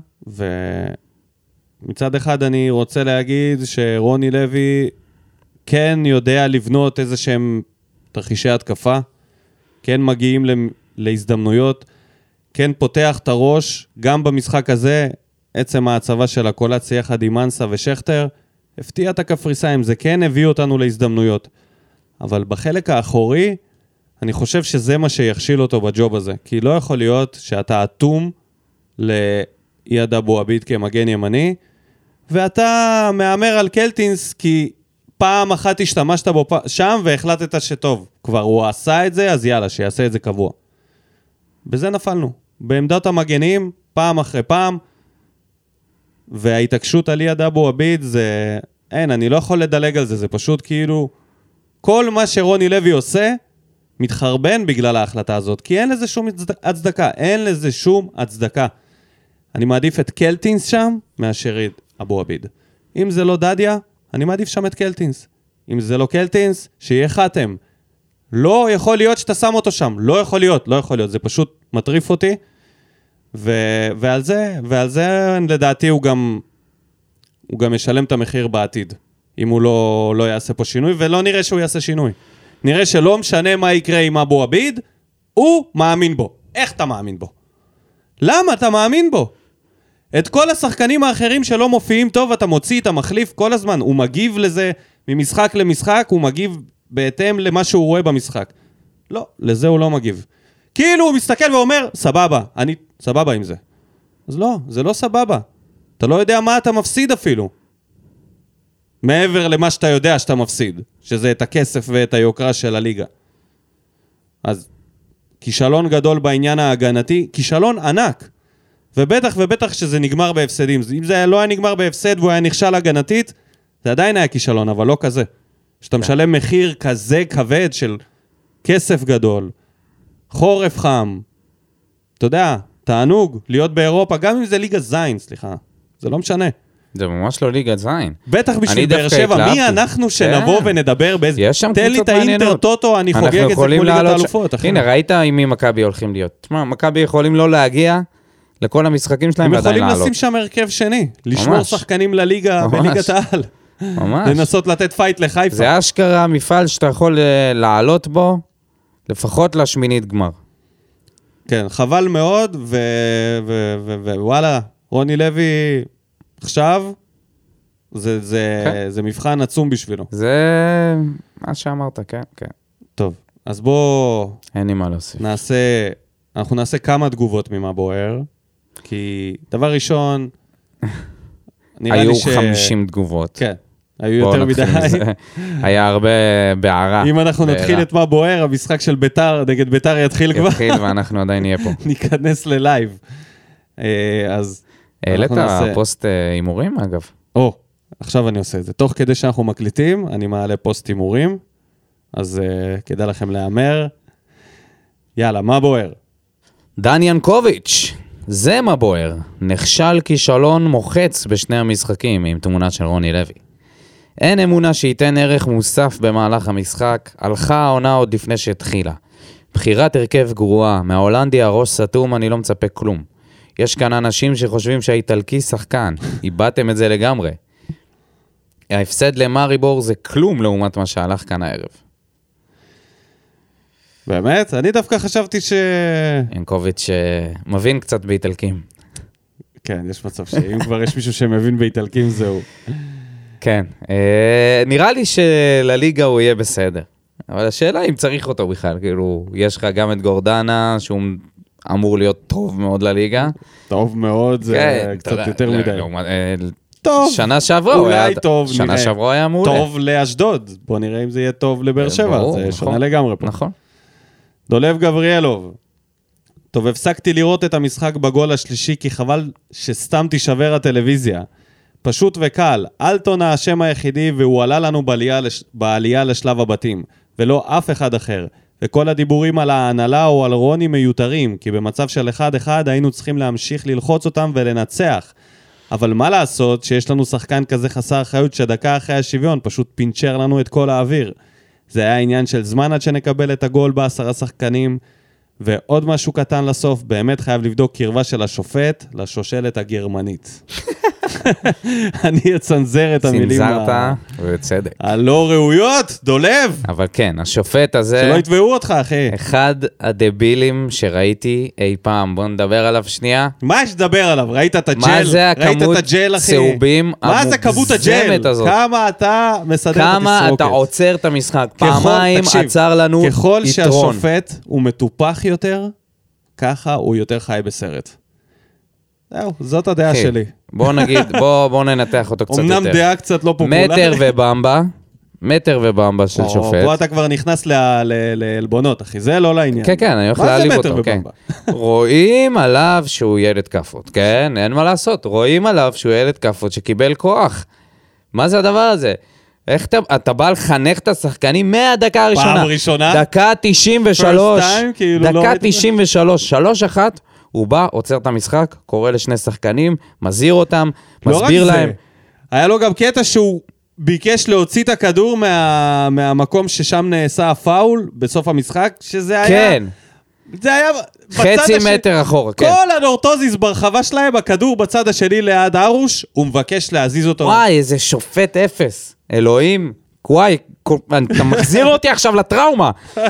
ומצד אחד אני רוצה להגיד שרוני לוי כן יודע לבנות איזה שהם תרחישי התקפה, כן מגיעים להזדמנויות, כן פותח את הראש, גם במשחק הזה, עצם ההצבה של הקולציה יחד עם מנסה ושכטר, הפתיע את הקפריסאים, זה כן הביא אותנו להזדמנויות. אבל בחלק האחורי, אני חושב שזה מה שיכשיל אותו בג'וב הזה. כי לא יכול להיות שאתה אטום לאיאד אבו עביד כמגן ימני, ואתה מאמר על קלטינס כי פעם אחת השתמשת בו שם והחלטת שטוב. כבר הוא עשה את זה, אז יאללה, שיעשה את זה קבוע. בזה נפלנו. בעמדת המגנים, פעם אחרי פעם, וההתעקשות על איאד אבו עביד זה... אין, אני לא יכול לדלג על זה, זה פשוט כאילו... כל מה שרוני לוי עושה, מתחרבן בגלל ההחלטה הזאת, כי אין לזה שום הצדקה, אין לזה שום הצדקה. אני מעדיף את קלטינס שם, מאשר את אבו עביד. אם זה לא דדיה, אני מעדיף שם את קלטינס. אם זה לא קלטינס, שיהיה חתם. לא יכול להיות שאתה שם אותו שם, לא יכול להיות, זה פשוט מטריף אותי, ועל זה לדעתי הוא גם ישלם את המחיר בעתיד, אם הוא לא יעשה פה שינוי, ולא נראה שהוא יעשה שינוי. נראה שלא משנה מה יקרה עם אבו עביד, הוא מאמין בו. איך אתה מאמין בו? למה אתה מאמין בו? את כל השחקנים האחרים שלא מופיעים טוב, אתה מוציא את המחליף כל הזמן. הוא מגיב לזה ממשחק למשחק, הוא מגיב בהתאם למה שהוא רואה במשחק. לא, לזה הוא לא מגיב. כאילו הוא מסתכל ואומר, סבבה, אני סבבה עם זה. אז לא, זה לא סבבה. אתה לא יודע מה אתה מפסיד אפילו. מעבר למה שאתה יודע שאתה מפסיד, שזה את הכסף ואת היוקרה של הליגה. אז כישלון גדול בעניין ההגנתי, כישלון ענק. ובטח שזה נגמר בהפסדים. אם זה לא היה נגמר בהפסד והוא היה נכשל הגנתית, זה עדיין היה כישלון, אבל לא כזה. שאתה משלם מחיר כזה כבד של כסף גדול, חורף חם, אתה יודע, תענוג, להיות באירופה, גם אם זה ליגה זין, סליחה, זה לא משנה. זה ממש לא ליגה זין. בטח בשביל באר שבע, מי אנחנו שנבוא ונדבר באיזה... תן לי את האינטר טוטו, אני חוגג את זה כמו ליגת האלופות. הנה, ראית עם מי מכבי הולכים להיות. תשמע, מכבי יכולים לא להגיע לכל המשחקים שלהם ועדיין לעלות. הם יכולים לשים שם הרכב שני, לשמור שחקנים לליגה בליגת העל. ממש. לנסות לתת פייט לחיפה. זה אשכרה מפעל שאתה יכול לעלות בו, לפחות לשמינית גמר. כן, חבל מאוד, ווואלה, רוני לוי עכשיו, זה מבחן עצום בשבילו. זה מה שאמרת, כן, כן. טוב, אז בוא... אין לי מה להוסיף. אנחנו נעשה כמה תגובות ממה בוער, כי דבר ראשון, היו 50 תגובות. כן. היו יותר מדי. היה הרבה בערה. אם אנחנו נתחיל את מה בוער, המשחק של ביתר נגד ביתר יתחיל כבר. יתחיל ואנחנו עדיין נהיה פה. ניכנס ללייב. אז... העלית פוסט אימורים אגב? עכשיו אני עושה את זה. תוך כדי שאנחנו מקליטים, אני מעלה פוסט אימורים, אז כדאי לכם להאמר. יאללה, מה בוער? דן ינקוביץ', זה מה בוער. נכשל כישלון מוחץ בשני המשחקים עם תמונה של רוני לוי. אין אמונה שייתן ערך מוסף במהלך המשחק, הלכה העונה עוד לפני שהתחילה. בחירת הרכב גרועה, מההולנדי הראש סתום אני לא מצפה כלום. יש כאן אנשים שחושבים שהאיטלקי שחקן, איבדתם את זה לגמרי. ההפסד למאריבור זה כלום לעומת מה שהלך כאן הערב. באמת? אני דווקא חשבתי ינקוביץ' מבין קצת באיטלקים. כן, יש מצב שאם כבר יש מישהו שמבין באיטלקים זהו. כן, נראה לי שלליגה הוא יהיה בסדר. אבל השאלה אם צריך אותו בכלל, כאילו, יש לך גם את גורדנה, שהוא אמור להיות טוב מאוד לליגה. טוב מאוד, זה קצת יותר מדי. טוב, שנה שעברה אולי טוב, שנה שעברה היה מעולה. טוב לאשדוד, בוא נראה אם זה יהיה טוב לבאר שבע, זה שונה לגמרי פה. נכון. דולב גבריאלוב. טוב, הפסקתי לראות את המשחק בגול השלישי, כי חבל שסתם תישבר הטלוויזיה. פשוט וקל, אלטון האשם היחידי, והוא עלה לנו בעלייה לשלב הבתים, ולא אף אחד אחר. וכל הדיבורים על ההנהלה או על רוני מיותרים, כי במצב של 1-1 היינו צריכים להמשיך ללחוץ אותם ולנצח. אבל מה לעשות שיש לנו שחקן כזה חסר חיות שדקה אחרי השוויון פשוט פינצ'ר לנו את כל האוויר. זה היה עניין של זמן עד שנקבל את הגול ב10 שחקנים, ועוד משהו קטן לסוף, באמת חייב לבדוק קרבה של השופט לשושלת הגרמנית. אני אצנזר את המילים צנזרת, ובצדק. הלא ראויות, דולב. אבל כן, השופט הזה... שלא יתבעו אותך, אחי. אחד הדבילים שראיתי אי פעם. בוא נדבר עליו שנייה. מה יש לדבר עליו? ראית את הג'ל? מה זה הכמות מה צהובים זה כמות הג'ל? הזאת? כמה אתה מסדר את התסרוקת? כמה אתה עוצר את המשחק? פעמיים עצר לנו יתרון. ככל שהשופט הוא מטופח יותר, ככה הוא יותר חי בסרט. זהו, זאת הדעה שלי. בוא נגיד, בוא ננתח אותו קצת יותר. אמנם דעה קצת לא פופולרית. מטר ובמבה של שופט. פה אתה כבר נכנס לאלבונות, אחי, זה לא לעניין. כן, אני הולך להעליב אותו, כן. רואים עליו שהוא ילד כפות, כן? אין מה לעשות. רואים עליו שהוא ילד כפות שקיבל כוח. מה זה הדבר הזה? איך אתה בא לחנך את השחקנים מהדקה הראשונה? פעם ראשונה? דקה 93. דקה 93, 3-1. הוא בא, עוצר את המשחק, קורא לשני שחקנים, מזהיר אותם, מסביר להם. היה לו גם קטע שהוא ביקש להוציא את הכדור מהמקום ששם נעשה הפאול בסוף המשחק, שזה היה... כן. זה היה... חצי מטר אחורה, כן. כל הנורטוזיס ברחבה שלהם, הכדור בצד השני ליד ארוש, הוא מבקש להזיז אותו. וואי, איזה שופט אפס. אלוהים, וואי, אתה מחזיר אותי עכשיו לטראומה.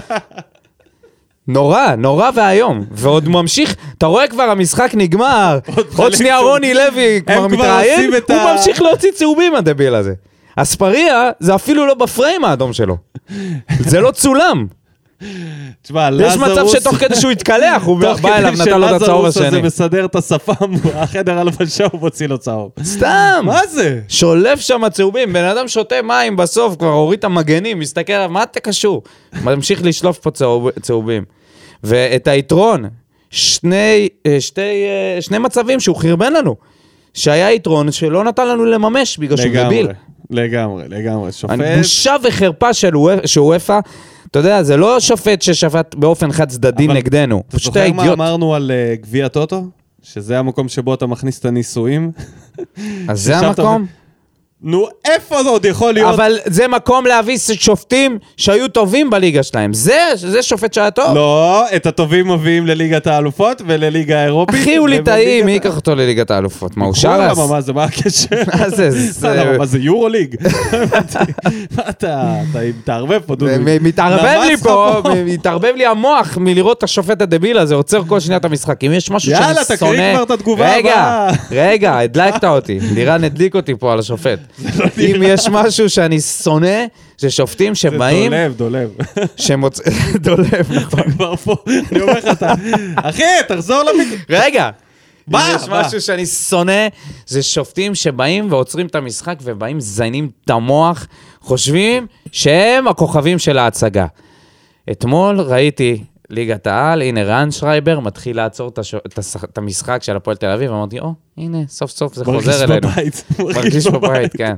נורא והיום, ועוד ממשיך, אתה רואה כבר המשחק נגמר, עוד שנייה רוני לוי כבר מתראיין, הוא ממשיך להוציא צהובים הדביל הזה. אספריה זה אפילו לא בפריים האדום שלו, זה לא צולם. יש מצב שתוך כדי שהוא התקלח, הוא בא אליו, נתן לו את הצהוב השני. זה מסדר את השפם, החדר הלבשה הוא מוציא לו צהוב. סתם. מה זה? שולף שם צהובים, בן אדם שותה מים בסוף, כבר הוריד את המגנים, מסתכל עליו, מה אתה קשור? ממשיך לשלוף פה צהובים. ואת היתרון, שני מצבים שהוא חרבן לנו, שהיה יתרון שלא נתן לנו לממש בגלל שהוא דביל. לגמרי, שופט. בושה וחרפה של וופא, אתה יודע, זה לא שופט ששפט באופן חד צדדי נגדנו. אתה זוכר מה אמרנו על גביע טוטו? שזה המקום שבו אתה מכניס את הניסויים? אז זה המקום? נו, איפה זה עוד יכול להיות? אבל זה מקום להביא שופטים שהיו טובים בליגה שלהם. זה שופט שהיה טוב. לא, את הטובים מביאים לליגת האלופות ולליגה האירופית. אחי, הוא ליטאי, מי ייקח אותו לליגת האלופות? מה, הוא שרס? מה זה, מה הקשר? מה זה, יורו ליג? מה אתה מתערבב פה, דודו? מתערבב לי המוח מלראות את השופט הדביל הזה, עוצר כל שנייה את המשחק. אם יש משהו שאני שונא... יאללה, תקריא כבר את התגובה הבאה. רגע, הדלקת אותי. לירן הדליק אותי פה על השופט. אם יש משהו שאני שונא, זה שופטים שבאים... זה דולב. דולב, נכון. כבר פה, אני אומר לך, אחי, תחזור למיקרופון. רגע, אם יש משהו שאני שונא, זה שופטים שבאים ועוצרים את המשחק, ובאים זיינים את המוח, חושבים שהם הכוכבים של ההצגה. אתמול ראיתי ליגת העל, הנה רן שרייבר מתחיל לעצור את המשחק של הפועל תל אביב, אמרתי, הנה, סוף סוף זה חוזר אלינו. מרגיש בבית, כן.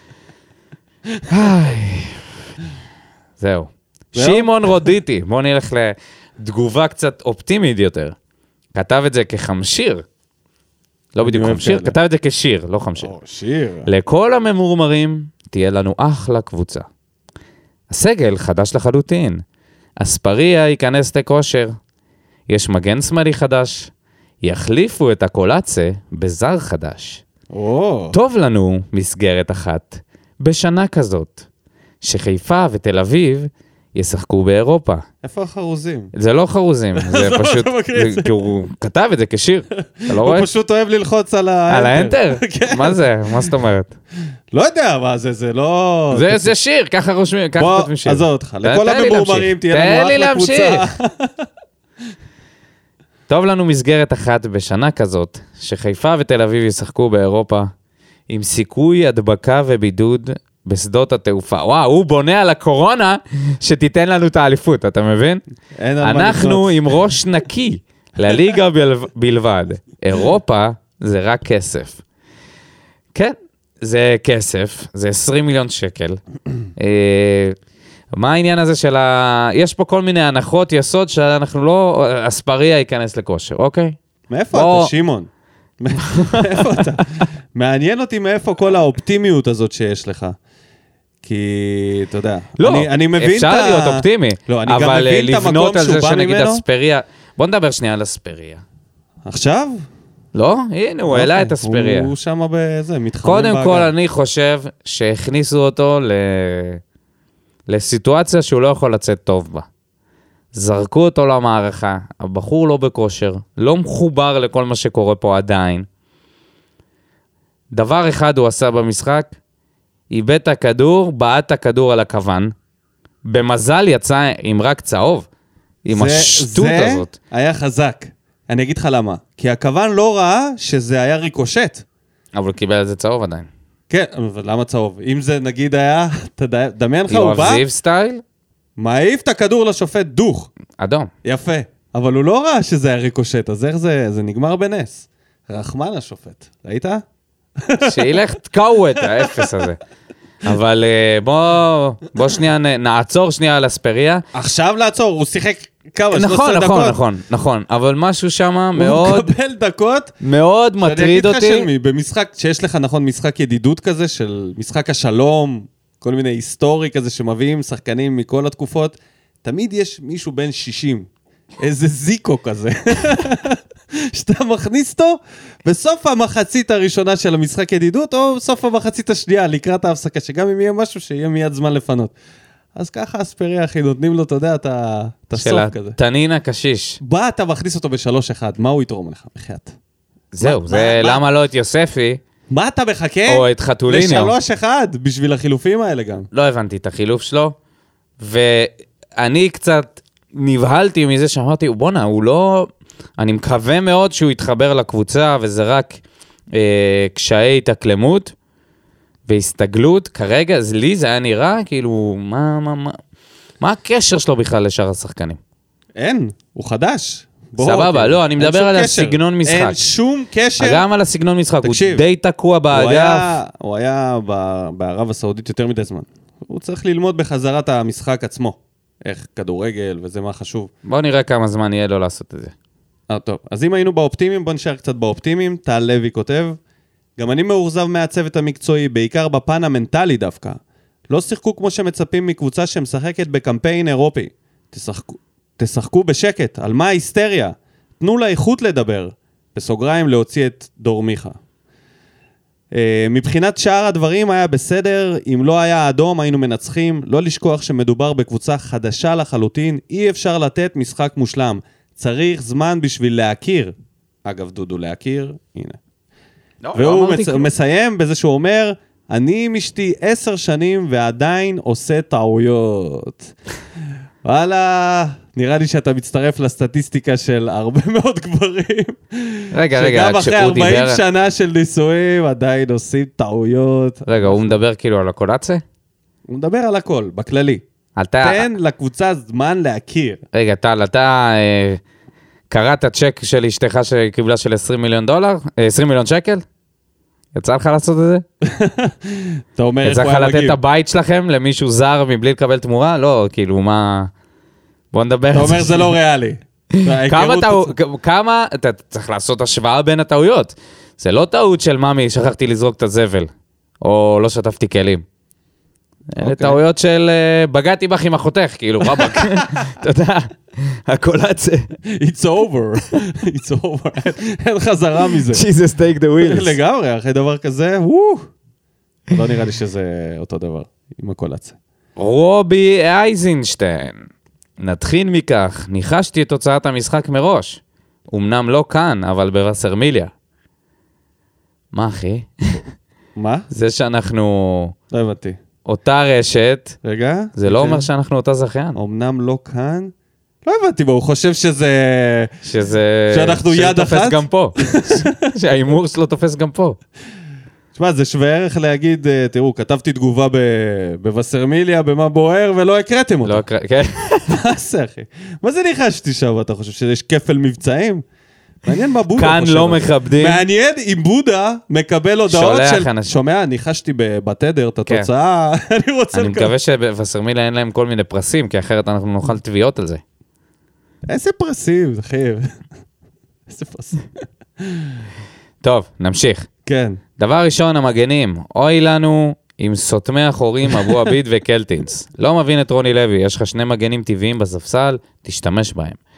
זהו. שמעון רודיטי, בוא נלך לתגובה קצת אופטימית יותר. כתב את זה כחמשיר. לא בדיוק חמשיר, כתב את זה כשיר, לא חמשיר. שיר. לכל הממורמרים, תהיה לנו אחלה קבוצה. הסגל חדש לחלוטין. אספריה ייכנס לכושר. יש מגן שמאלי חדש. יחליפו את הקולצה בזר חדש. טוב לנו מסגרת אחת בשנה כזאת, שחיפה ותל אביב ישחקו באירופה. איפה החרוזים? זה לא חרוזים, זה פשוט, כי הוא כתב את זה כשיר. אתה לא רואה? הוא פשוט אוהב ללחוץ על האנטר. על האנטר? מה זה? מה זאת אומרת? לא יודע, מה זה, זה לא... זה שיר, ככה רושמים, ככה כותבים שיר. בוא, עזוב אותך, לכל הממורמרים תהיה לנו אחלה קבוצה. טוב לנו מסגרת אחת בשנה כזאת, שחיפה ותל אביב ישחקו באירופה, עם סיכוי הדבקה ובידוד בשדות התעופה. וואו, הוא בונה על הקורונה שתיתן לנו את האליפות, אתה מבין? אנחנו עם ראש נקי לליגה בלבד. אירופה זה רק כסף. כן, זה כסף, זה 20 מיליון שקל. מה העניין הזה של יש פה כל מיני הנחות יסוד שאנחנו לא... אספריה ייכנס לכושר, אוקיי? מאיפה אתה, שמעון? מאיפה אתה? מעניין אותי מאיפה כל האופטימיות הזאת שיש לך. כי, אתה יודע, אני מבין אפשר להיות אופטימי, לא, אני גם מבין את המקום שהוא בא ממנו. אספריה... בוא נדבר שנייה על אספריה. עכשיו? לא? הנה, הוא העלה את אספריה. הוא שם בזה, מתחמם קודם באגן. כל, אני חושב שהכניסו אותו לסיטואציה שהוא לא יכול לצאת טוב בה. זרקו אותו למערכה, הבחור לא בכושר, לא מחובר לכל מה שקורה פה עדיין. דבר אחד הוא עשה במשחק, איבד את הכדור, בעט את הכדור על הכוון. במזל יצא עם רק צהוב, עם השטות הזאת. זה היה חזק. אני אגיד לך למה. כי הכוון לא ראה שזה היה ריקושט. אבל הוא קיבל את זה צהוב עדיין. כן, אבל למה צהוב? אם זה נגיד היה, דמיין לך, הוא יואב בא, זיו סטייל? מעיף את הכדור לשופט דוך. אדום. יפה. אבל הוא לא ראה שזה היה ריקושט, אז איך זה נגמר בנס. רחמן השופט. ראית? שילך תקעו את האפס הזה. אבל בוא שנייה, נעצור שנייה על אספריה. עכשיו לעצור, הוא שיחק כמה, 13 דקות. נכון, אבל משהו שם הוא מאוד, מקבל דקות. מאוד מטריד שאני אגיד לך אותי. של מי, במשחק, שיש לך נכון משחק ידידות כזה, של משחק השלום, כל מיני היסטורי כזה שמביאים שחקנים מכל התקופות, תמיד יש מישהו בן 60, איזה זיקו כזה, שאתה מכניס אותו בסוף המחצית הראשונה של המשחק ידידות, או בסוף המחצית השנייה, לקראת ההפסקה, שגם אם יהיה משהו, שיהיה מיד זמן לפנות. אז ככה אספריה, אחי, נותנים לו, אתה יודע, את הסוף כזה. של התנין הקשיש. בא, אתה מכניס אותו ב3-1, מה הוא יתרום לך? בחייאת. זהו, זה למה לא את יוספי, מה אתה מחכה? או את חתוליניו. ל3-1, בשביל החילופים האלה גם. לא הבנתי את החילוף שלו, ואני קצת נבהלתי מזה שאמרתי, בונה, הוא לא... אני מקווה מאוד שהוא יתחבר לקבוצה, וזה רק קשיי התאקלמות והסתגלות. כרגע, אז לי זה היה נראה, כאילו, מה הקשר שלו בכלל לשאר השחקנים? אין, הוא חדש. סבבה, לא, אני מדבר על הסגנון משחק. אין שום קשר. גם על הסגנון משחק, הוא תקשיב, די תקוע באגף. הוא היה בערב הסעודית יותר מדי זמן. הוא צריך ללמוד בחזרת המשחק עצמו. איך כדורגל וזה מה חשוב. בוא נראה כמה זמן יהיה לו לעשות את זה. טוב, אז אם היינו באופטימיים, בוא נשאר קצת באופטימיים. טל לוי כותב, גם אני מאוכזב מהצוות המקצועי, בעיקר בפן המנטלי דווקא. לא שיחקו כמו שמצפים מקבוצה שמשחקת בקמפיין אירופי. תשחקו בשקט, על מה ההיסטריה? תנו לה איכות לדבר. בסוגריים להוציא את דור מיכה. מבחינת שאר הדברים היה בסדר, אם לא היה אדום היינו מנצחים, לא לשכוח שמדובר בקבוצה חדשה לחלוטין, אי אפשר לתת משחק מושלם. צריך זמן בשביל להכיר. אגב, דודו, להכיר, הנה. והוא מסיים בזה שהוא אומר, אני עם אשתי 10 שנים ועדיין עושה טעויות. וואלה, נראה לי שאתה מצטרף לסטטיסטיקה של הרבה מאוד גברים. רגע, שגם אחרי 40 שנה של נישואים עדיין עושים טעויות. רגע, הוא מדבר כאילו על הקולציה? הוא מדבר על הכל, בכללי. תן לקבוצה זמן להכיר. רגע, טל, אתה קראת צ'ק של אשתך שקיבלה של $20 מיליון? 20 מיליון שקל? יצא לך לעשות את זה? אתה אומר איך הוא היה מגיב. יצא לך לתת את הבית שלכם למישהו זר מבלי לקבל תמורה? לא, כאילו מה... בוא נדבר. אתה אומר זה לא ריאלי. כמה, אתה צריך לעשות השוואה בין הטעויות. זה לא טעות של ממי, שכחתי לזרוק את הזבל, או לא שטפתי כלים. אלה טעויות של בגעתי בך עם אחותך, כאילו, רבק. אתה יודע, הקולציה. It's over. It's over. אין חזרה מזה. Jesus take the wheels. לגמרי, אחרי דבר כזה, לא נראה לי שזה אותו דבר, עם הקולציה. רובי אייזנשטיין. נתחיל מכך, ניחשתי את תוצאת המשחק מראש. אמנם לא כאן, אבל בווסרמיליה. מה, אחי? מה? זה שאנחנו... לא הבנתי. אותה רשת, רגע. זה לא אומר שאנחנו אותה זכיין. אמנם לא כאן. לא הבנתי, הוא חושב שזה... שאנחנו יד אחת? תופס גם פה. שהאימור שלו תופס גם פה. תשמע, זה שווה ערך להגיד, תראו, כתבתי תגובה בווסרמיליה, במה בוער, ולא הקראתם אותו. לא הקראתי, כן. מה זה, אחי? מה זה ניחשתי שם? אתה חושב שיש כפל מבצעים? מעניין מה בודה כאן לא מכבדים. מעניין אם בודה מקבל הודעות של... שומע, ניחשתי בתדר את התוצאה, אני רוצה... אני מקווה שבווסרמיליה אין להם כל מיני פרסים, כי אחרת אנחנו נוכל תביעות על זה. איזה פרסים, אחי? איזה פרסים. טוב, נמשיך. כן. דבר ראשון, המגנים. אוי לנו עם סותמי החורים, אבו עביד וקלטינס. לא מבין את רוני לוי, יש לך 2 מגנים טבעיים בספסל, תשתמש בהם.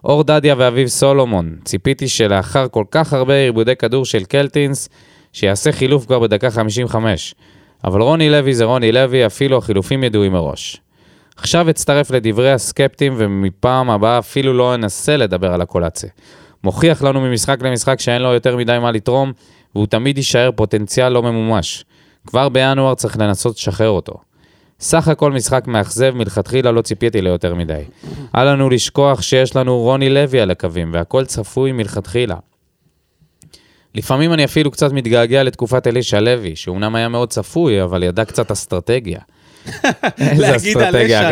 אור דדיה ואביב סולומון. ציפיתי שלאחר כל כך הרבה עיבודי כדור של קלטינס, שיעשה חילוף כבר בדקה 55. אבל רוני לוי זה רוני לוי, אפילו החילופים ידועים מראש. עכשיו אצטרף לדברי הסקפטים, ומפעם הבאה אפילו לא אנסה לדבר על הקולציה. מוכיח לנו ממשחק למשחק שאין לו יותר מדי מה לתרום, והוא תמיד יישאר פוטנציאל לא ממומש. כבר בינואר צריך לנסות לשחרר אותו. סך הכל משחק מאכזב, מלכתחילה לא ציפיתי ליותר מדי. אל לנו לשכוח שיש לנו רוני לוי על הקווים, והכל צפוי מלכתחילה. לפעמים אני אפילו קצת מתגעגע לתקופת אלישע לוי, שאומנם היה מאוד צפוי, אבל ידע קצת אסטרטגיה. איזה אסטרטגיה,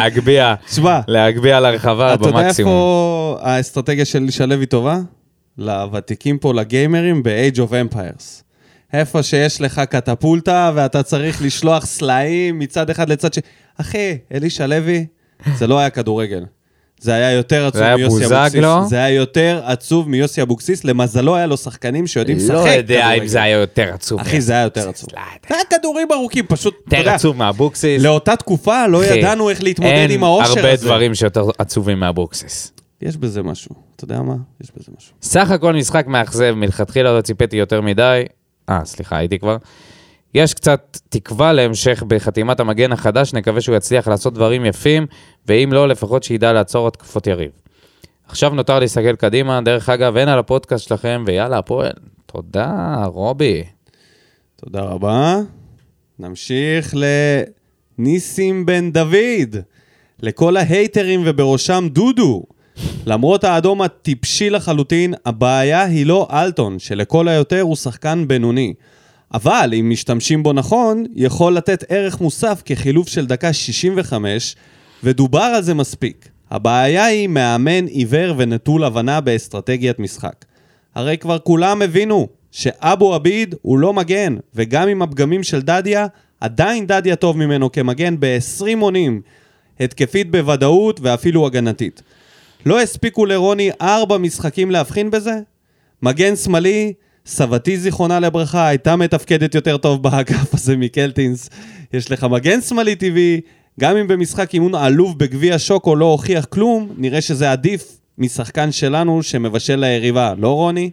להגביע לרחבה במקסימום. אתה יודע איפה האסטרטגיה של אלישע לוי טובה? לוותיקים פה, לגיימרים, ב-Age of Empires. איפה שיש לך קטפולטה, ואתה צריך לשלוח סלעים מצד אחד לצד אחי, אלישע לוי, זה לא היה כדורגל. זה היה יותר עצוב מיוסי אבוקסיס. זה היה יותר עצוב מיוסי אבוקסיס. למזלו היה לו שחקנים שיודעים לשחק כדורגל. לא יודע אם זה היה יותר עצוב. אחי, זה היה יותר עצוב. זה היה כדורים ארוכים, פשוט, אתה יודע. יותר עצוב מהאבוקסיס. לאותה תקופה לא ידענו איך להתמודד עם האושר הזה. אין הרבה דברים שיותר עצובים מהאבוקסיס. יש בזה משהו. אתה יודע מה? יש בזה משהו. סך הכל משחק מאכזב, מלכתחילה לא ציפיתי יותר מדי. סליחה, הייתי כבר. יש קצת תקווה להמשך בחתימת המגן החדש, נקווה שהוא יצליח לעשות דברים יפים, ואם לא, לפחות שידע לעצור את תקפות יריב. עכשיו נותר להסתכל קדימה, דרך אגב, אין על הפודקאסט שלכם, ויאללה, הפועל. תודה, רובי. תודה רבה. נמשיך לניסים בן דוד, לכל ההייטרים ובראשם דודו. למרות האדום הטיפשי לחלוטין, הבעיה היא לא אלטון, שלכל היותר הוא שחקן בינוני. אבל אם משתמשים בו נכון, יכול לתת ערך מוסף כחילוף של דקה 65, ודובר על זה מספיק. הבעיה היא מאמן עיוור ונטול הבנה באסטרטגיית משחק. הרי כבר כולם הבינו שאבו עביד הוא לא מגן, וגם עם הפגמים של דדיה, עדיין דדיה טוב ממנו כמגן ב-20 מונים, התקפית בוודאות ואפילו הגנתית. לא הספיקו לרוני 4 משחקים להבחין בזה? מגן שמאלי, סבתי זיכרונה לברכה, הייתה מתפקדת יותר טוב באגף הזה מקלטינס. יש לך מגן שמאלי טבעי, גם אם במשחק אימון עלוב בגביע שוקו לא הוכיח כלום, נראה שזה עדיף משחקן שלנו שמבשל ליריבה, לא רוני?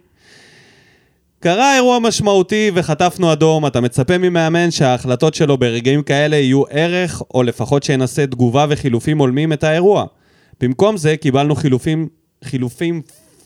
קרה אירוע משמעותי וחטפנו אדום, אתה מצפה ממאמן שההחלטות שלו ברגעים כאלה יהיו ערך, או לפחות שינסה תגובה וחילופים הולמים את האירוע. במקום זה קיבלנו חילופים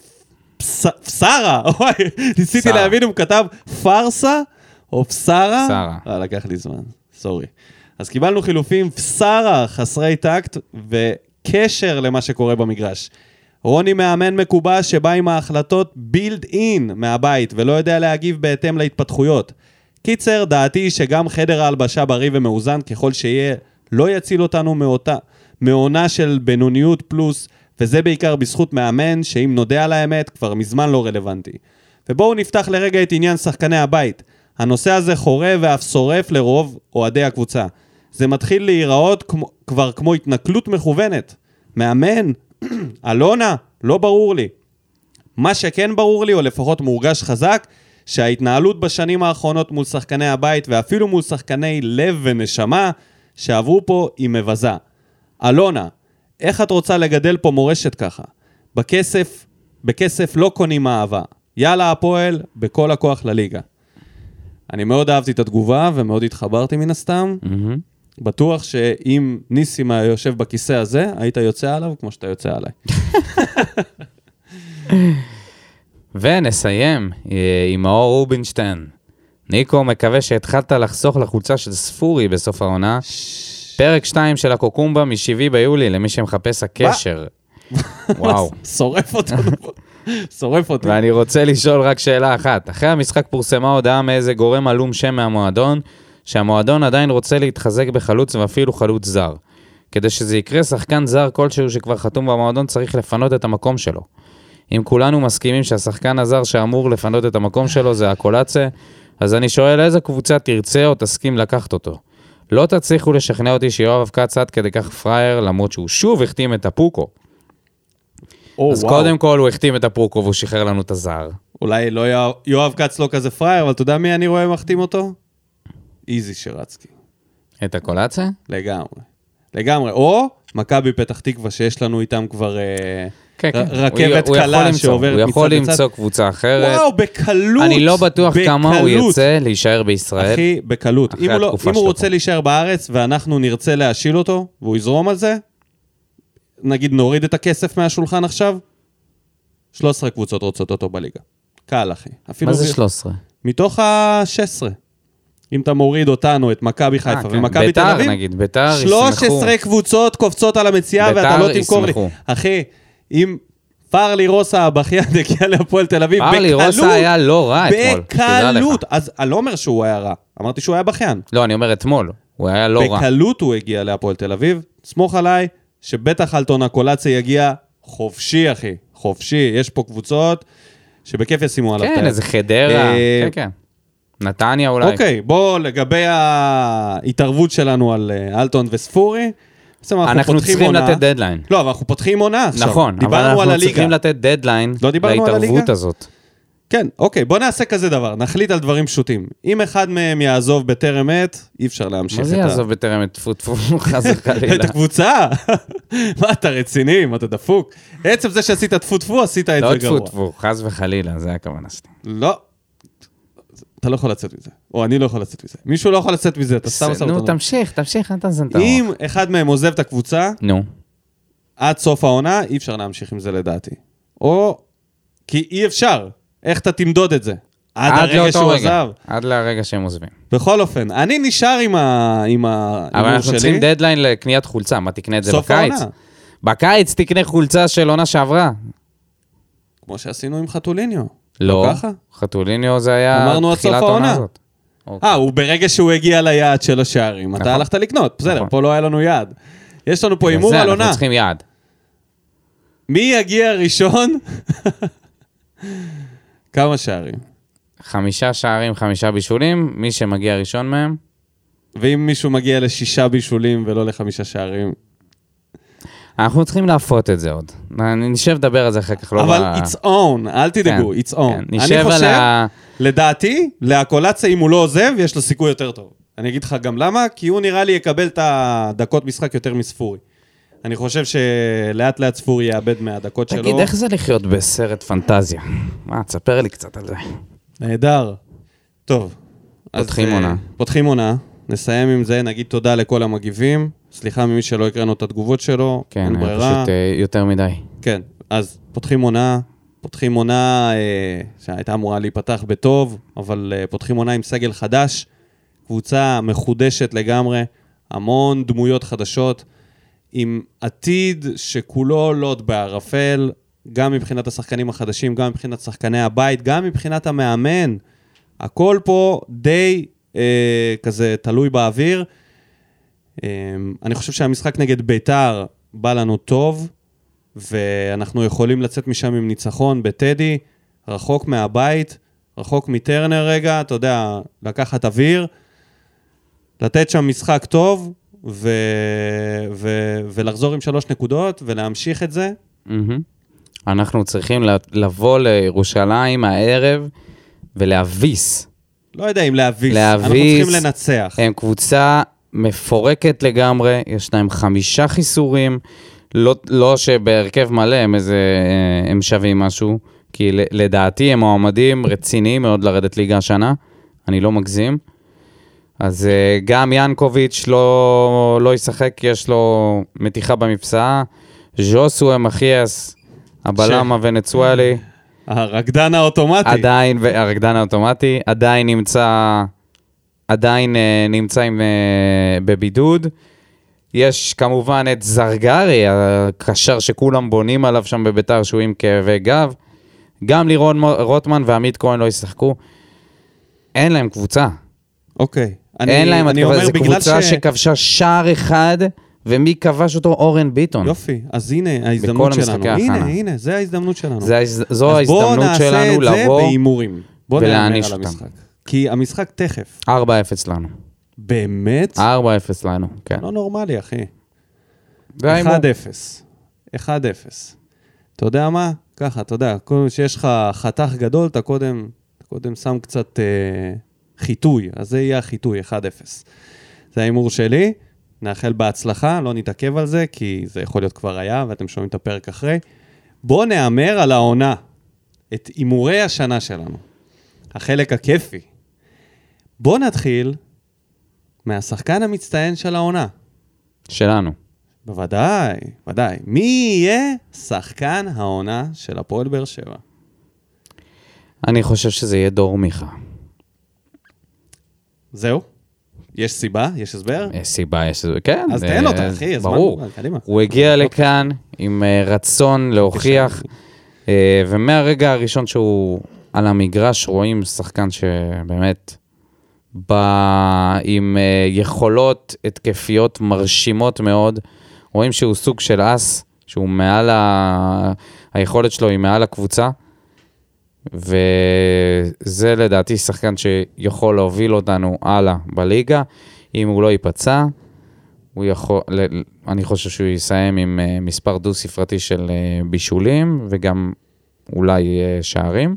פסרה, ניסיתי להבין אם הוא כתב פרסה או פסרה, לקח לי זמן, סורי. אז קיבלנו חילופים פסרה, חסרי טקט וקשר למה שקורה במגרש. רוני מאמן מקובע שבא עם ההחלטות בילד אין מהבית ולא יודע להגיב בהתאם להתפתחויות. קיצר, דעתי שגם חדר ההלבשה בריא ומאוזן ככל שיהיה לא יציל אותנו מעונה של בינוניות פלוס, וזה בעיקר בזכות מאמן שאם נודע על האמת כבר מזמן לא רלוונטי. ובואו נפתח לרגע את עניין שחקני הבית. הנושא הזה חורה ואף שורף לרוב אוהדי הקבוצה. זה מתחיל להיראות כבר כמו התנכלות מכוונת. מאמן, אלונה, לא ברור לי. מה שכן ברור לי, או לפחות מורגש חזק, שההתנהלות בשנים האחרונות מול שחקני הבית, ואפילו מול שחקני לב ונשמה, שעברו פה היא מבזה. אלונה, איך את רוצה לגדל פה מורשת ככה? בכסף לא קונים אהבה. יאללה הפועל, בכל הכוח לליגה. אני מאוד אהבתי את התגובה, ומאוד התחברתי מן הסתם. בטוח שאם ניסים יושב בכיסא הזה, היית יוצא עליו כמו שאתה יוצא עליי. ונסיים עם מאור רובינשטיין. ניקו, מקווה שהתחלת לחסוך לחולצה של ספורי בסוף העונה. פרק 2 של הקוקומבה מ-7 ביולי, למי שמחפש הקשר. וואו. שורף אותנו. שורף אותנו. ואני רוצה לשאול רק שאלה אחת. אחרי המשחק פורסמה הודעה מאיזה גורם עלום שם מהמועדון, שהמועדון עדיין רוצה להתחזק בחלוץ ואפילו חלוץ זר. כדי שזה יקרה, שחקן זר כלשהו שכבר חתום במועדון צריך לפנות את המקום שלו. אם כולנו מסכימים שהשחקן הזר שאמור לפנות את המקום שלו זה הקולצה, אז אני שואל איזה קבוצה תרצה או תסכים לקחת אותו. לא תצליחו לשכנע אותי שיואב אבקץ עד כדי כך פרייר, למרות שהוא שוב החתים את הפוקו. אז קודם כל הוא החתים את הפוקו והוא שחרר לנו את הזר. אולי לא יואב אבקץ לא כזה פרייר, אבל אתה יודע מי אני רואה מחתים אותו? איזי שרצקי. את הקולצה? לגמרי. לגמרי. או מכבי פתח תקווה שיש לנו איתם כבר רכבת קלה שעוברת הוא יכול מצד לצד. למצוא קבוצה אחרת. וואו, בקלות. אני לא בטוח כמה הוא ירצה להישאר בישראל. אחי, בקלות. אם הוא רוצה להישאר בארץ ואנחנו נרצה להשיל אותו, והוא יזרום על זה, נגיד נוריד את הכסף מהשולחן עכשיו, 13 קבוצות רוצות אותו בליגה. קל, אחי. מה זה 13? מתוך ה-16. אם אתה מוריד אותנו, את מכבי חיפה ומכבי תל אביב, נגיד, ביתר ישמחו. 13 קבוצות קופצות על המציאה, ואתה לא תמכור לי. אחי, אם פרלי רוסה הבכיין הגיע להפועל תל אביב, פרלי רוסה היה לא רע אתמול. בקלות. אז אני לא אומר שהוא היה רע, אמרתי שהוא היה בכיין. לא, אני אומר אתמול, הוא היה לא רע. בקלות הוא הגיע להפועל תל אביב, סמוך עליי, שבטח אלטון הקולציה יגיע חופשי, אחי. חופשי. יש פה קבוצות שבכיף ישימו עליו. כן, איזה חדרה. כן, כן. נתניה אולי. אוקיי, בוא לגבי ההתערבות שלנו על אלטון וספורי. אנחנו צריכים לתת דדליין. לא, אבל אנחנו פותחים עונה עכשיו. נכון, אבל אנחנו צריכים לתת דדליין להתערבות הזאת. כן, אוקיי, בוא נעשה כזה דבר. נחליט על דברים פשוטים. אם אחד מהם יעזוב בטרם עת, אי אפשר להמשיך את מה זה יעזוב בטרם עת? טפו, חס וחלילה. את הקבוצה? מה, אתה רציני? מה, אתה דפוק? עצם זה שעשית טפו, עשית את זה גרוע. לא טפו, חס וחלילה, זה הכוונה שלי. לא. אתה לא יכול לצאת מזה. או אני לא יכול לצאת מזה. מישהו לא יכול לצאת מזה, אתה סתם עושה אותנו. נו, תמשיך, אתה זנתר. אם אחד מהם עוזב את הקבוצה, נו. עד סוף העונה, אי אפשר להמשיך עם זה לדעתי. או, כי אי אפשר. איך אתה תמדוד את זה? עד הרגע שהוא עזב. עד לרגע שהם עוזבים. בכל אופן, אני נשאר עם ההימור שלי. אבל אנחנו צריכים דדליין לקניית חולצה. מה, תקנה את זה בקיץ? בקיץ תקנה חולצה של עונה שעברה. כמו שעשינו עם חתוליניו. לא, חתוליניו זה היה תחילת העונה הזאת. הוא ברגע שהוא הגיע ליעד של השערים, אתה הלכת לקנות. בסדר, פה לא היה לנו יעד. יש לנו פה הימור על עונה. אנחנו צריכים יעד. מי יגיע ראשון? כמה שערים? 5 שערים, 5 בישולים, מי שמגיע ראשון מהם. ואם מישהו מגיע ל6 בישולים ולא ל5 שערים? אנחנו צריכים להפות את זה עוד. נשב לדבר על זה אחר כך. אבל it's on, אל תדאגו, it's on. אני חושב, לדעתי, להקולציה, אם הוא לא עוזב, יש לו סיכוי יותר טוב. אני אגיד לך גם למה, כי הוא נראה לי יקבל את הדקות משחק יותר מספורי. אני חושב שלאט לאט ספורי יאבד מהדקות שלו. תגיד, איך זה לחיות בסרט פנטזיה? מה, תספר לי קצת על זה. נהדר. טוב. פותחים עונה. פותחים עונה. נסיים עם זה, נגיד תודה לכל המגיבים. סליחה ממי שלא הקראנו את התגובות שלו. כן, פשוט יותר מדי. כן, אז פותחים עונה שהייתה אמורה להיפתח בטוב, אבל פותחים עונה עם סגל חדש, קבוצה מחודשת לגמרי, המון דמויות חדשות, עם עתיד שכולו לוט בערפל, גם מבחינת השחקנים החדשים, גם מבחינת שחקני הבית, גם מבחינת המאמן. הכל פה די כזה תלוי באוויר. אני חושב שהמשחק נגד ביתר בא לנו טוב, ואנחנו יכולים לצאת משם עם ניצחון בטדי, רחוק מהבית, רחוק מטרנר רגע, אתה יודע, לקחת אוויר, לתת שם משחק טוב, ולחזור עם 3 נקודות, ולהמשיך את זה. אנחנו צריכים לבוא לירושלים הערב, ולהביס. לא יודע אם להביס, אנחנו צריכים לנצח. הם קבוצה מפורקת לגמרי, יש להם 5 חיסורים, לא שבהרכב מלא הם שווים משהו, כי לדעתי הם מועמדים רציניים מאוד לרדת ליגה השנה, אני לא מגזים. אז גם ינקוביץ' לא ישחק, יש לו מתיחה במפסעה, ז'וסו המחייס, הבלם הוונצואלי, הרקדן האוטומטי, עדיין נמצא בבידוד. יש כמובן את זרגרי, הקשר שכולם בונים עליו שם בביתר, שהוא עם כאבי גב. גם לירון רוטמן ועמית כהן לא ישחקו. אין להם קבוצה. אוקיי. אין להם, זו קבוצה שכבשה שער אחד, ומי כבש אותו? אורן ביטון. יופי, אז הנה ההזדמנות שלנו. הנה, זה ההזדמנות שלנו. זו ההזדמנות שלנו לבוא בהימורים. בוא ולהעניש אותם. כי המשחק תכף. 4-0 לנו. באמת? 4-0 לנו, כן. לא נורמלי, אחי. 1-0. 1-0. אתה יודע מה? ככה, אתה יודע, שיש לך חתך גדול, אתה קודם שם קצת חיתוי, אז זה יהיה החיתוי, 1-0. זה ההימור שלי, נאחל בהצלחה, לא נתעכב על זה, כי זה יכול להיות כבר היה, ואתם שומעים את הפרק אחרי. בוא נאמר על העונה, את אימורי השנה שלנו, החלק הכיפי. בוא נתחיל מהשחקן המצטיין של העונה. שלנו. בוודאי, ודאי. מי יהיה שחקן העונה של הפועל באר שבע? אני חושב שזה יהיה דור מיכה. זהו? יש סיבה? יש הסבר? יש סיבה, יש הסבר, כן. אז תן אותה, אחי, הזמן. ברור. קדימה. הוא הגיע לכאן עם רצון להוכיח, ומהרגע הראשון שהוא על המגרש רואים שחקן שבאמת בא עם יכולות התקפיות מרשימות מאוד, רואים שהוא סוג של אס, שהוא מעל היכולת שלו היא מעל הקבוצה, וזה לדעתי שחקן שיכול להוביל אותנו הלאה בליגה, אם הוא לא ייפצע, אני חושב שהוא יסיים עם מספר דו ספרתי של בישולים, וגם אולי שערים.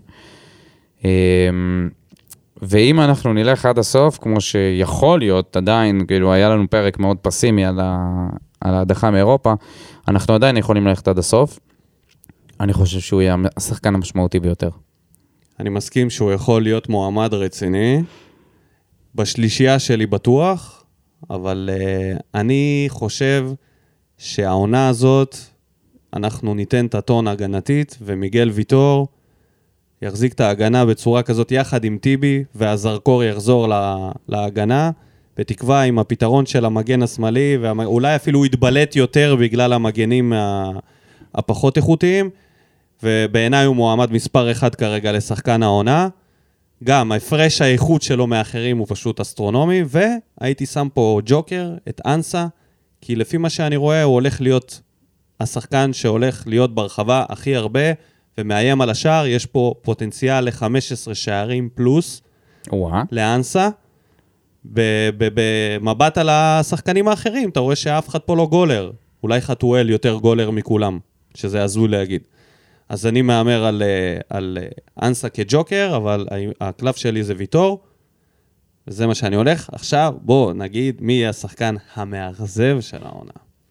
ואם אנחנו נלך עד הסוף, כמו שיכול להיות, עדיין, כאילו היה לנו פרק מאוד פסימי על ההדחה מאירופה, אנחנו עדיין יכולים ללכת עד הסוף. אני חושב שהוא יהיה השחקן המשמעותי ביותר. אני מסכים שהוא יכול להיות מועמד רציני, בשלישייה שלי בטוח, אבל אני חושב שהעונה הזאת, אנחנו ניתן את הטון הגנתית, ומיגל ויטור יחזיק את ההגנה בצורה כזאת יחד עם טיבי, והזרקור יחזור להגנה, בתקווה עם הפתרון של המגן השמאלי, ואולי אפילו הוא יתבלט יותר בגלל המגנים הפחות איכותיים, ובעיניי הוא מועמד מספר 1 כרגע לשחקן העונה. גם ההפרש האיכות שלו מאחרים הוא פשוט אסטרונומי, והייתי שם פה ג'וקר, את אנסה, כי לפי מה שאני רואה הוא הולך להיות השחקן שהולך להיות ברחבה הכי הרבה, ומאיים על השער, יש פה פוטנציאל ל-15 שערים פלוס לאנסה. במבט על השחקנים האחרים, אתה רואה שאף אחד פה לא גולר, אולי חתואל יותר גולר מכולם, שזה עזוי להגיד. אז אני מאמר על אנסה כג'וקר, אבל הקלף שלי זה ויטור, וזה מה שאני הולך. עכשיו בוא נגיד מי יהיה השחקן המאכזב של העונה.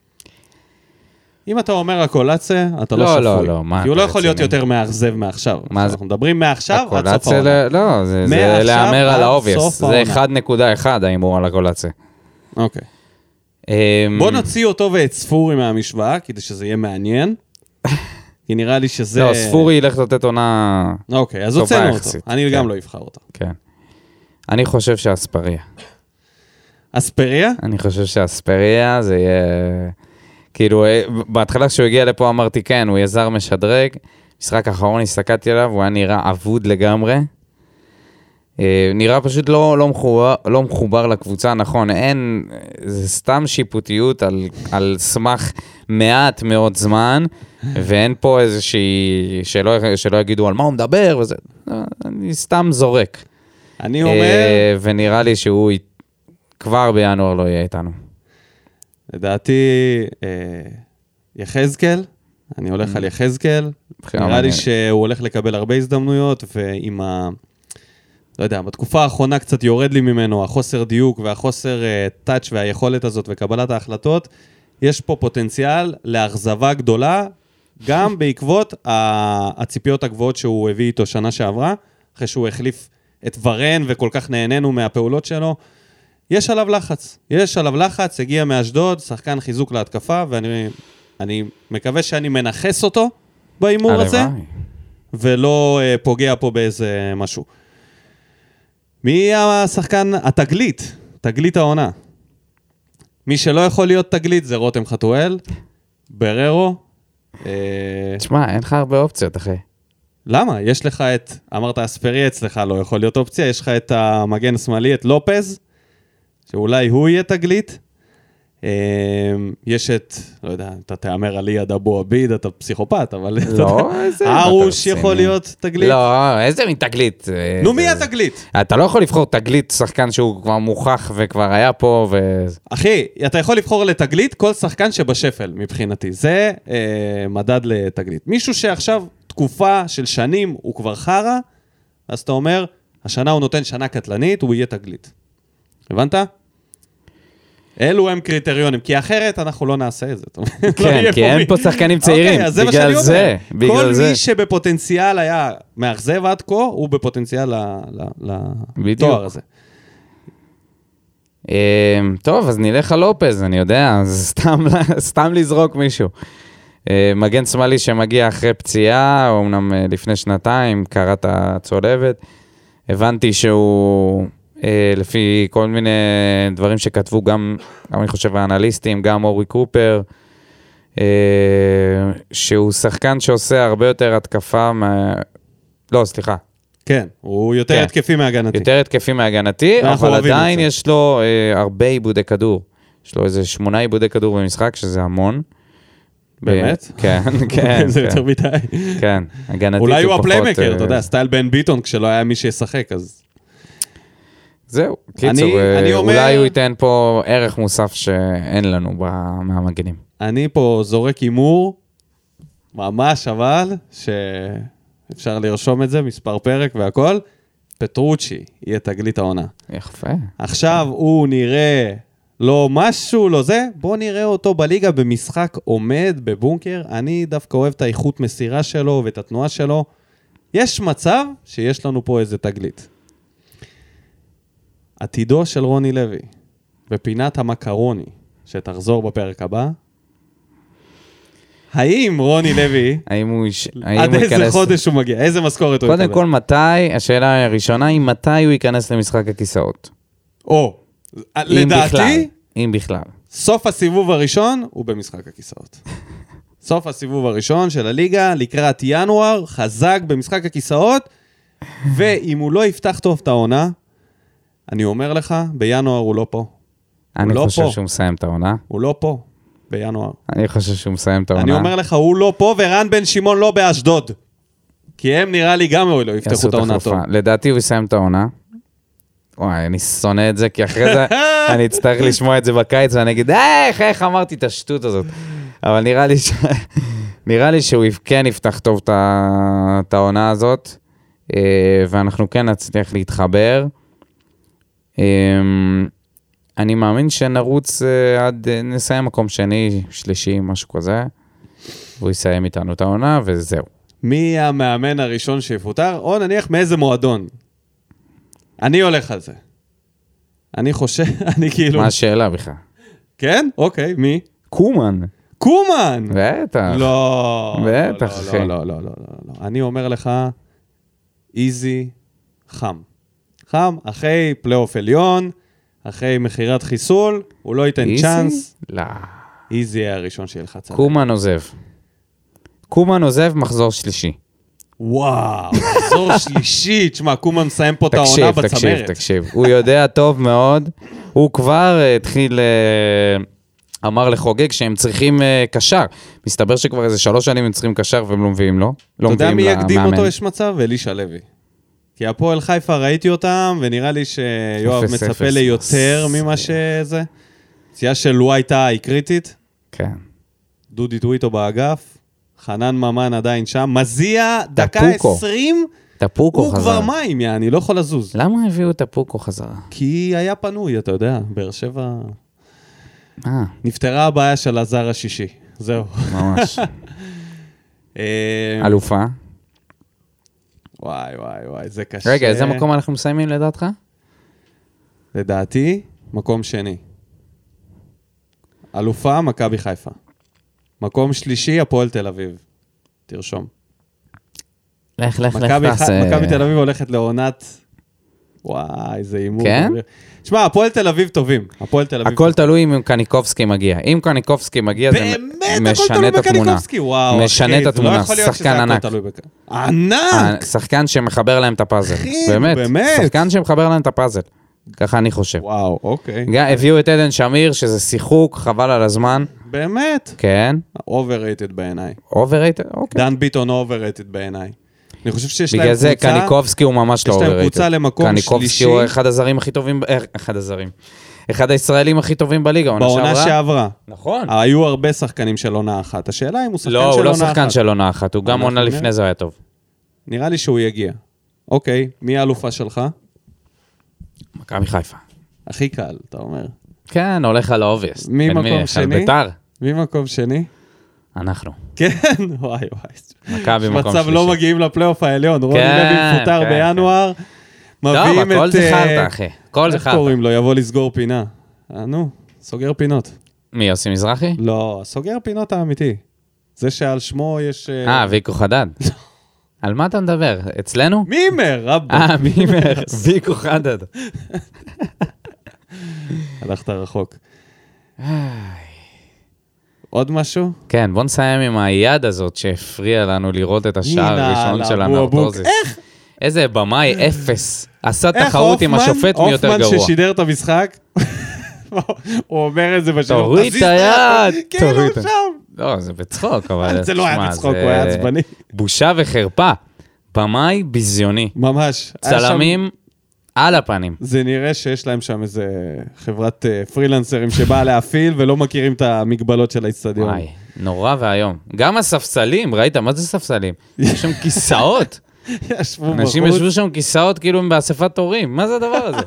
אם אתה אומר הקולציה, אתה לא שפוי. לא, כי הוא לא יכול להיות יותר מאכזב מעכשיו. אנחנו מדברים מעכשיו עד סוף העונה. לא, זה להאמר על האובייס. זה 1.1 האימור על הקולציה. אוקיי. בוא נוציא אותו ואת ספורי מהמשוואה, כדי שזה יהיה מעניין. כי נראה לי שזה... לא, ספורי ילך לתת עונה... אוקיי, אז הוצאנו אותו. אני גם לא אבחר אותו. כן. אני חושב שהאספריה. אספריה? אני חושב שהאספריה זה יהיה... כאילו, בהתחלה כשהוא הגיע לפה אמרתי כן, הוא יזר משדרג. משחק האחרון הסתכלתי עליו, הוא היה נראה אבוד לגמרי. נראה פשוט לא מחובר לקבוצה, נכון, אין, זה סתם שיפוטיות על סמך מעט מאוד זמן, ואין פה איזושהי, שלא יגידו על מה הוא מדבר, וזה, אני סתם זורק. אני אומר... ונראה לי שהוא כבר בינואר לא יהיה איתנו. לדעתי, יחזקאל, אני הולך על יחזקאל, נראה לי שהוא הולך לקבל הרבה הזדמנויות, ועם לא יודע, בתקופה האחרונה קצת יורד לי ממנו, החוסר דיוק והחוסר טאץ' והיכולת הזאת וקבלת ההחלטות, יש פה פוטנציאל לאכזבה גדולה, גם בעקבות הציפיות הגבוהות שהוא הביא איתו שנה שעברה, אחרי שהוא החליף את ורן וכל כך נהנינו מהפעולות שלו, יש עליו לחץ, הגיע מאשדוד, שחקן חיזוק להתקפה, ואני מקווה שאני מנחס אותו באימור הזה, ולא פוגע פה באיזה משהו. מי השחקן התגלית? תגלית העונה. מי שלא יכול להיות תגלית זה רותם חתואל, בררו. תשמע, אין לך הרבה אופציות, אחי. למה? יש לך אמרת אספריה אצלך, לא יכול להיות אופציה, יש לך את המגן השמאלי, את לופז, שאולי הוא יהיה תגלית. יש לא יודע, אתה תאמר על יד אבו עביד, אתה פסיכופת, אבל... לא, איזה... ארוש יכול להיות תגלית? לא, איזה מין תגלית? נו, מי התגלית? אתה לא יכול לבחור תגלית, שחקן שהוא כבר מוכח וכבר היה פה ו... אחי, אתה יכול לבחור לתגלית כל שחקן שבשפל, מבחינתי. זה מדד לתגלית. מישהו שעכשיו תקופה של שנים הוא כבר חרה, אז אתה אומר, השנה הוא נותן שנה קטלנית, הוא יהיה תגלית. הבנת? אלו הם קריטריונים, כי אחרת אנחנו לא נעשה את זה. כן, כי אין פה שחקנים צעירים, בגלל זה. כל מי שבפוטנציאל היה מאכזב עד כה, הוא בפוטנציאל לתואר הזה. טוב, אז נלך על לופז, אני יודע, סתם לזרוק מישהו. מגן שמאלי שמגיע אחרי פציעה, אומנם לפני שנתיים, קראת הצולבת, הבנתי שהוא, לפי כל מיני דברים שכתבו, גם אני חושב האנליסטים, גם אורי קופר, שהוא שחקן שעושה הרבה יותר התקפה, לא, סליחה. כן, הוא יותר התקפי מהגנתי. יותר התקפי מהגנתי, אבל עדיין יש לו הרבה עיבודי כדור. יש לו איזה 8 עיבודי כדור במשחק, שזה המון. באמת? כן, כן. זה יותר מדי. כן, הגנתית אולי הוא הפליימקר, אתה יודע, סטייל בן ביטון, כשלא היה מי שישחק, אז... זהו, קיצור, אולי הוא ייתן פה ערך מוסף שאין לנו מהמגנים. אני פה זורק אימור, ממש אבל, שאפשר לרשום את זה, מספר פרק והכל, פטרוצ'י יהיה תגלית העונה. יפה. עכשיו הוא נראה... לא משהו, לא זה, בוא נראה אותו בליגה במשחק עומד בבונקר, אני דווקא אוהב את האיכות מסירה שלו ואת התנועה שלו, יש מצב שיש לנו פה איזה תגלית. עתידו של רוני לוי, בפינת המקרוני, שתחזור בפרק הבא, האם רוני לוי, עד איזה חודש הוא מגיע, איזה משכורת הוא יקבל? קודם כל מתי, השאלה הראשונה היא מתי הוא ייכנס למשחק הכיסאות? לדעתי, אם בכלל. סוף הסיבוב הראשון הוא במשחק הכיסאות. סוף הסיבוב הראשון של הליגה, לקראת ינואר, חזק במשחק הכיסאות, ואם הוא לא יפתח טוב את העונה, אני אומר לך, בינואר הוא לא פה. אני חושב שהוא מסיים את העונה. הוא לא פה, בינואר. אני חושב שהוא מסיים את העונה. אני אומר לך, הוא לא פה, ורן בן שמעון לא באשדוד. כי הם נראה לי גם לא יפתחו את העונה טוב. לדעתי הוא יסיים את העונה. וואי, אני שונא את זה, כי אחרי זה אני אצטרך לשמוע את זה בקיץ, ואני אגיד, איך אמרתי את השטות הזאת. אבל נראה לי שהוא כן יפתח טוב את העונה הזאת, ואנחנו כן נצליח להתחבר. אני מאמין שנרוץ עד נסיים מקום שני, שלישי, משהו כזה, והוא יסיים איתנו את העונה, וזהו. מי המאמן הראשון שיפוטר? או נניח מאיזה מועדון? אני הולך על זה. אני חושב, אני כאילו... מה השאלה בכלל? כן? אוקיי, מי? קומן. קומן! בטח. לא. בטח, אחי. לא. אני אומר לך, איזי, חם. חם, אחרי פלייאוף עליון, אחרי מחירת חיסול, הוא לא ייתן צ'אנס. לא. איזי היה הראשון שילחץ. קומן עוזב. קומן עוזב מחזור שלישי. וואו, מחזור שלישי. תשמע, קומן מסיים פה את העונה בצמרת. תקשיב. הוא יודע טוב מאוד. הוא כבר התחיל... אמר לחוגג שהם צריכים קשר. מסתבר שכבר איזה 3 שנים הם צריכים קשר והם לא מביאים לו. אתה יודע מי יקדים אותו יש מצב? אלישע לוי. כי הפועל חיפה ראיתי אותם, ונראה לי שיואב מצפה ליותר ממה שזה. פציעה של לואי הייתה היא קריטית. כן. דודי טוויטו באגף. חנן ממן עדיין שם. מזיע, דקה 20. טפוקו חזר. הוא כבר מים, אני לא יכול לזוז. למה הביאו טפוקו חזרה? כי היה פנוי, אתה יודע, באר שבע... נפטרה הבעיה של הזר השישי. זהו. ממש. אלופה. וואי, זה קשה. רגע, איזה מקום אנחנו מסיימים לדעתך? לדעתי, מקום שני. אלופה, מכבי חיפה. מקום שלישי, הפועל תל אביב. תרשום. לך. מכבי תל אביב הולכת לעונת... וואי, זה אימור. כן? תשמע, הפועל תל אביב טובים. הכל תלוי אם קניקובסקי מגיע. אם קניקובסקי מגיע, זה משנה את התמונה. משנה את התמונה. שחקן ענק. ענק! שחקן שמחבר להם את הפאזל. באמת. שחקן שמחבר להם את הפאזל. ככה אני חושב. וואו, אוקיי. הביאו את עדן שמיר, שזה שיחוק, חבל על הזמן. באמת? כן. overrated בעיניי. overrated? אוקיי. דן ביטון overrated בעיניי. אני חושב שיש להם קבוצה... בגלל זה קניקובסקי הוא ממש לא overrated. יש להם קבוצה למקום שלישי. קניקובסקי הוא אחד הזרים הכי טובים... אחד הישראלים הכי טובים בליגה. בעונה שעברה. נכון. היו הרבה שחקנים של עונה אחת. השאלה אם הוא שחקן של עונה אחת. לא, הוא לא שחקן של עונה אחת. הוא גם עונה לפני זה היה טוב. נראה לי שהוא יגיע. אוקיי, מי האלופה שלך? מכבי חיפה. הכי קל, אתה אומר. כן, הולך על האובייסט. מי מקום שני? ביתר. מי מקום שני? אנחנו. כן, וואי. מכבי מקום שלישי. מצב לא מגיעים לפלייאוף העליון, רוני לוי מפוטר בינואר, מביאים את... הכל זכרת, אחי. הכל זכרת. איך קוראים לו? יבוא לסגור פינה. נו, סוגר פינות. מי, יוסי מזרחי? לא, סוגר פינות האמיתי. זה שעל שמו יש... ויקו חדד. על מה אתה מדבר? אצלנו? מימר, רבא. מימר, ויקו חדד. הלכת רחוק. עוד משהו? כן, בוא נסיים עם היד הזאת שהפריע לנו לראות את השער הראשון של הנרטוזיס. איך? איזה במאי אפס. עשה תחרות עם השופט מי יותר גרוע. הופמן ששידר את המשחק, הוא אומר את זה בשביל... תוריד את היד. כאילו שם. לא, זה בצחוק, אבל... זה לא היה בצחוק, הוא היה עצבני. בושה וחרפה. במאי ביזיוני. ממש. צלמים על הפנים. זה נראה שיש להם שם איזה חברת פרילנסרים שבאה להפעיל ולא מכירים את המגבלות של האצטדיון. וואי, נורא והיום. גם הספסלים, ראית? מה זה ספסלים? יש שם כיסאות. אנשים ישבו שם כיסאות כאילו הם באספת תורים. מה זה הדבר הזה?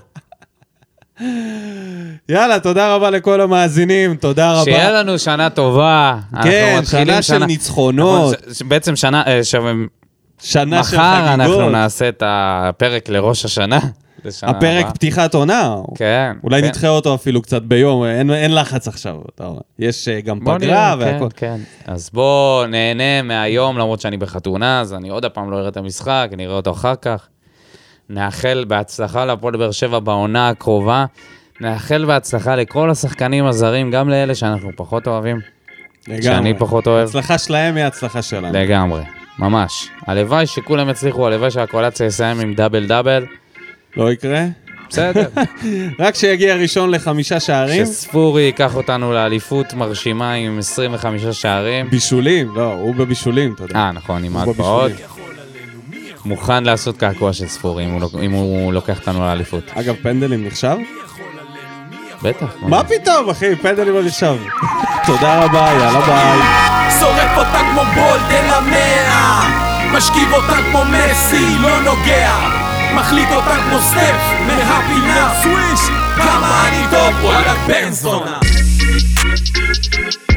יאללה, תודה רבה לכל המאזינים, תודה רבה. שיהיה לנו שנה טובה. כן, שנה של ניצחונות. בעצם שנה של חגיגות. מחר אנחנו נעשה את הפרק לראש השנה. הפרק פתיחת עונה. כן. אולי נדחה אותו אפילו קצת ביום, אין לחץ עכשיו. יש גם פגרה והכל. כן. אז בוא נהנה מהיום, למרות שאני בחתונה, אז אני עוד הפעם לא אראה את המשחק, אני אראה אותו אחר כך. נאחל בהצלחה להפועל באר שבע בעונה הקרובה. נאחל בהצלחה לכל השחקנים הזרים, גם לאלה שאנחנו פחות אוהבים. לגמרי. שאני פחות אוהב. הצלחה שלהם היא הצלחה שלנו. לגמרי. ממש. הלוואי שכולם יצליחו, הלוואי שהקולציה יסיים עם דאבל. לא יקרה? בסדר. רק שיגיע ראשון ל5 שערים. שספורי ייקח אותנו לאליפות מרשימה עם 25 שערים. בישולים, לא, הוא בבישולים, אתה יודע. נכון, עם ההגבעות. מוכן לעשות קעקוע של ספורי אם הוא לוקח אותנו לאליפות. אגב, פנדלים נחשב? בטח. מה פתאום, אחי? פנדלים לא נחשב. תודה רבה, יאללה ביי. שורף אותה כמו בולדן ל100, משכיב אותה כמו מסי, לא נוגע, מחליט אותה כמו סטף מהפינה, סוויש, כמה אני טוב, וואלה בן זונה.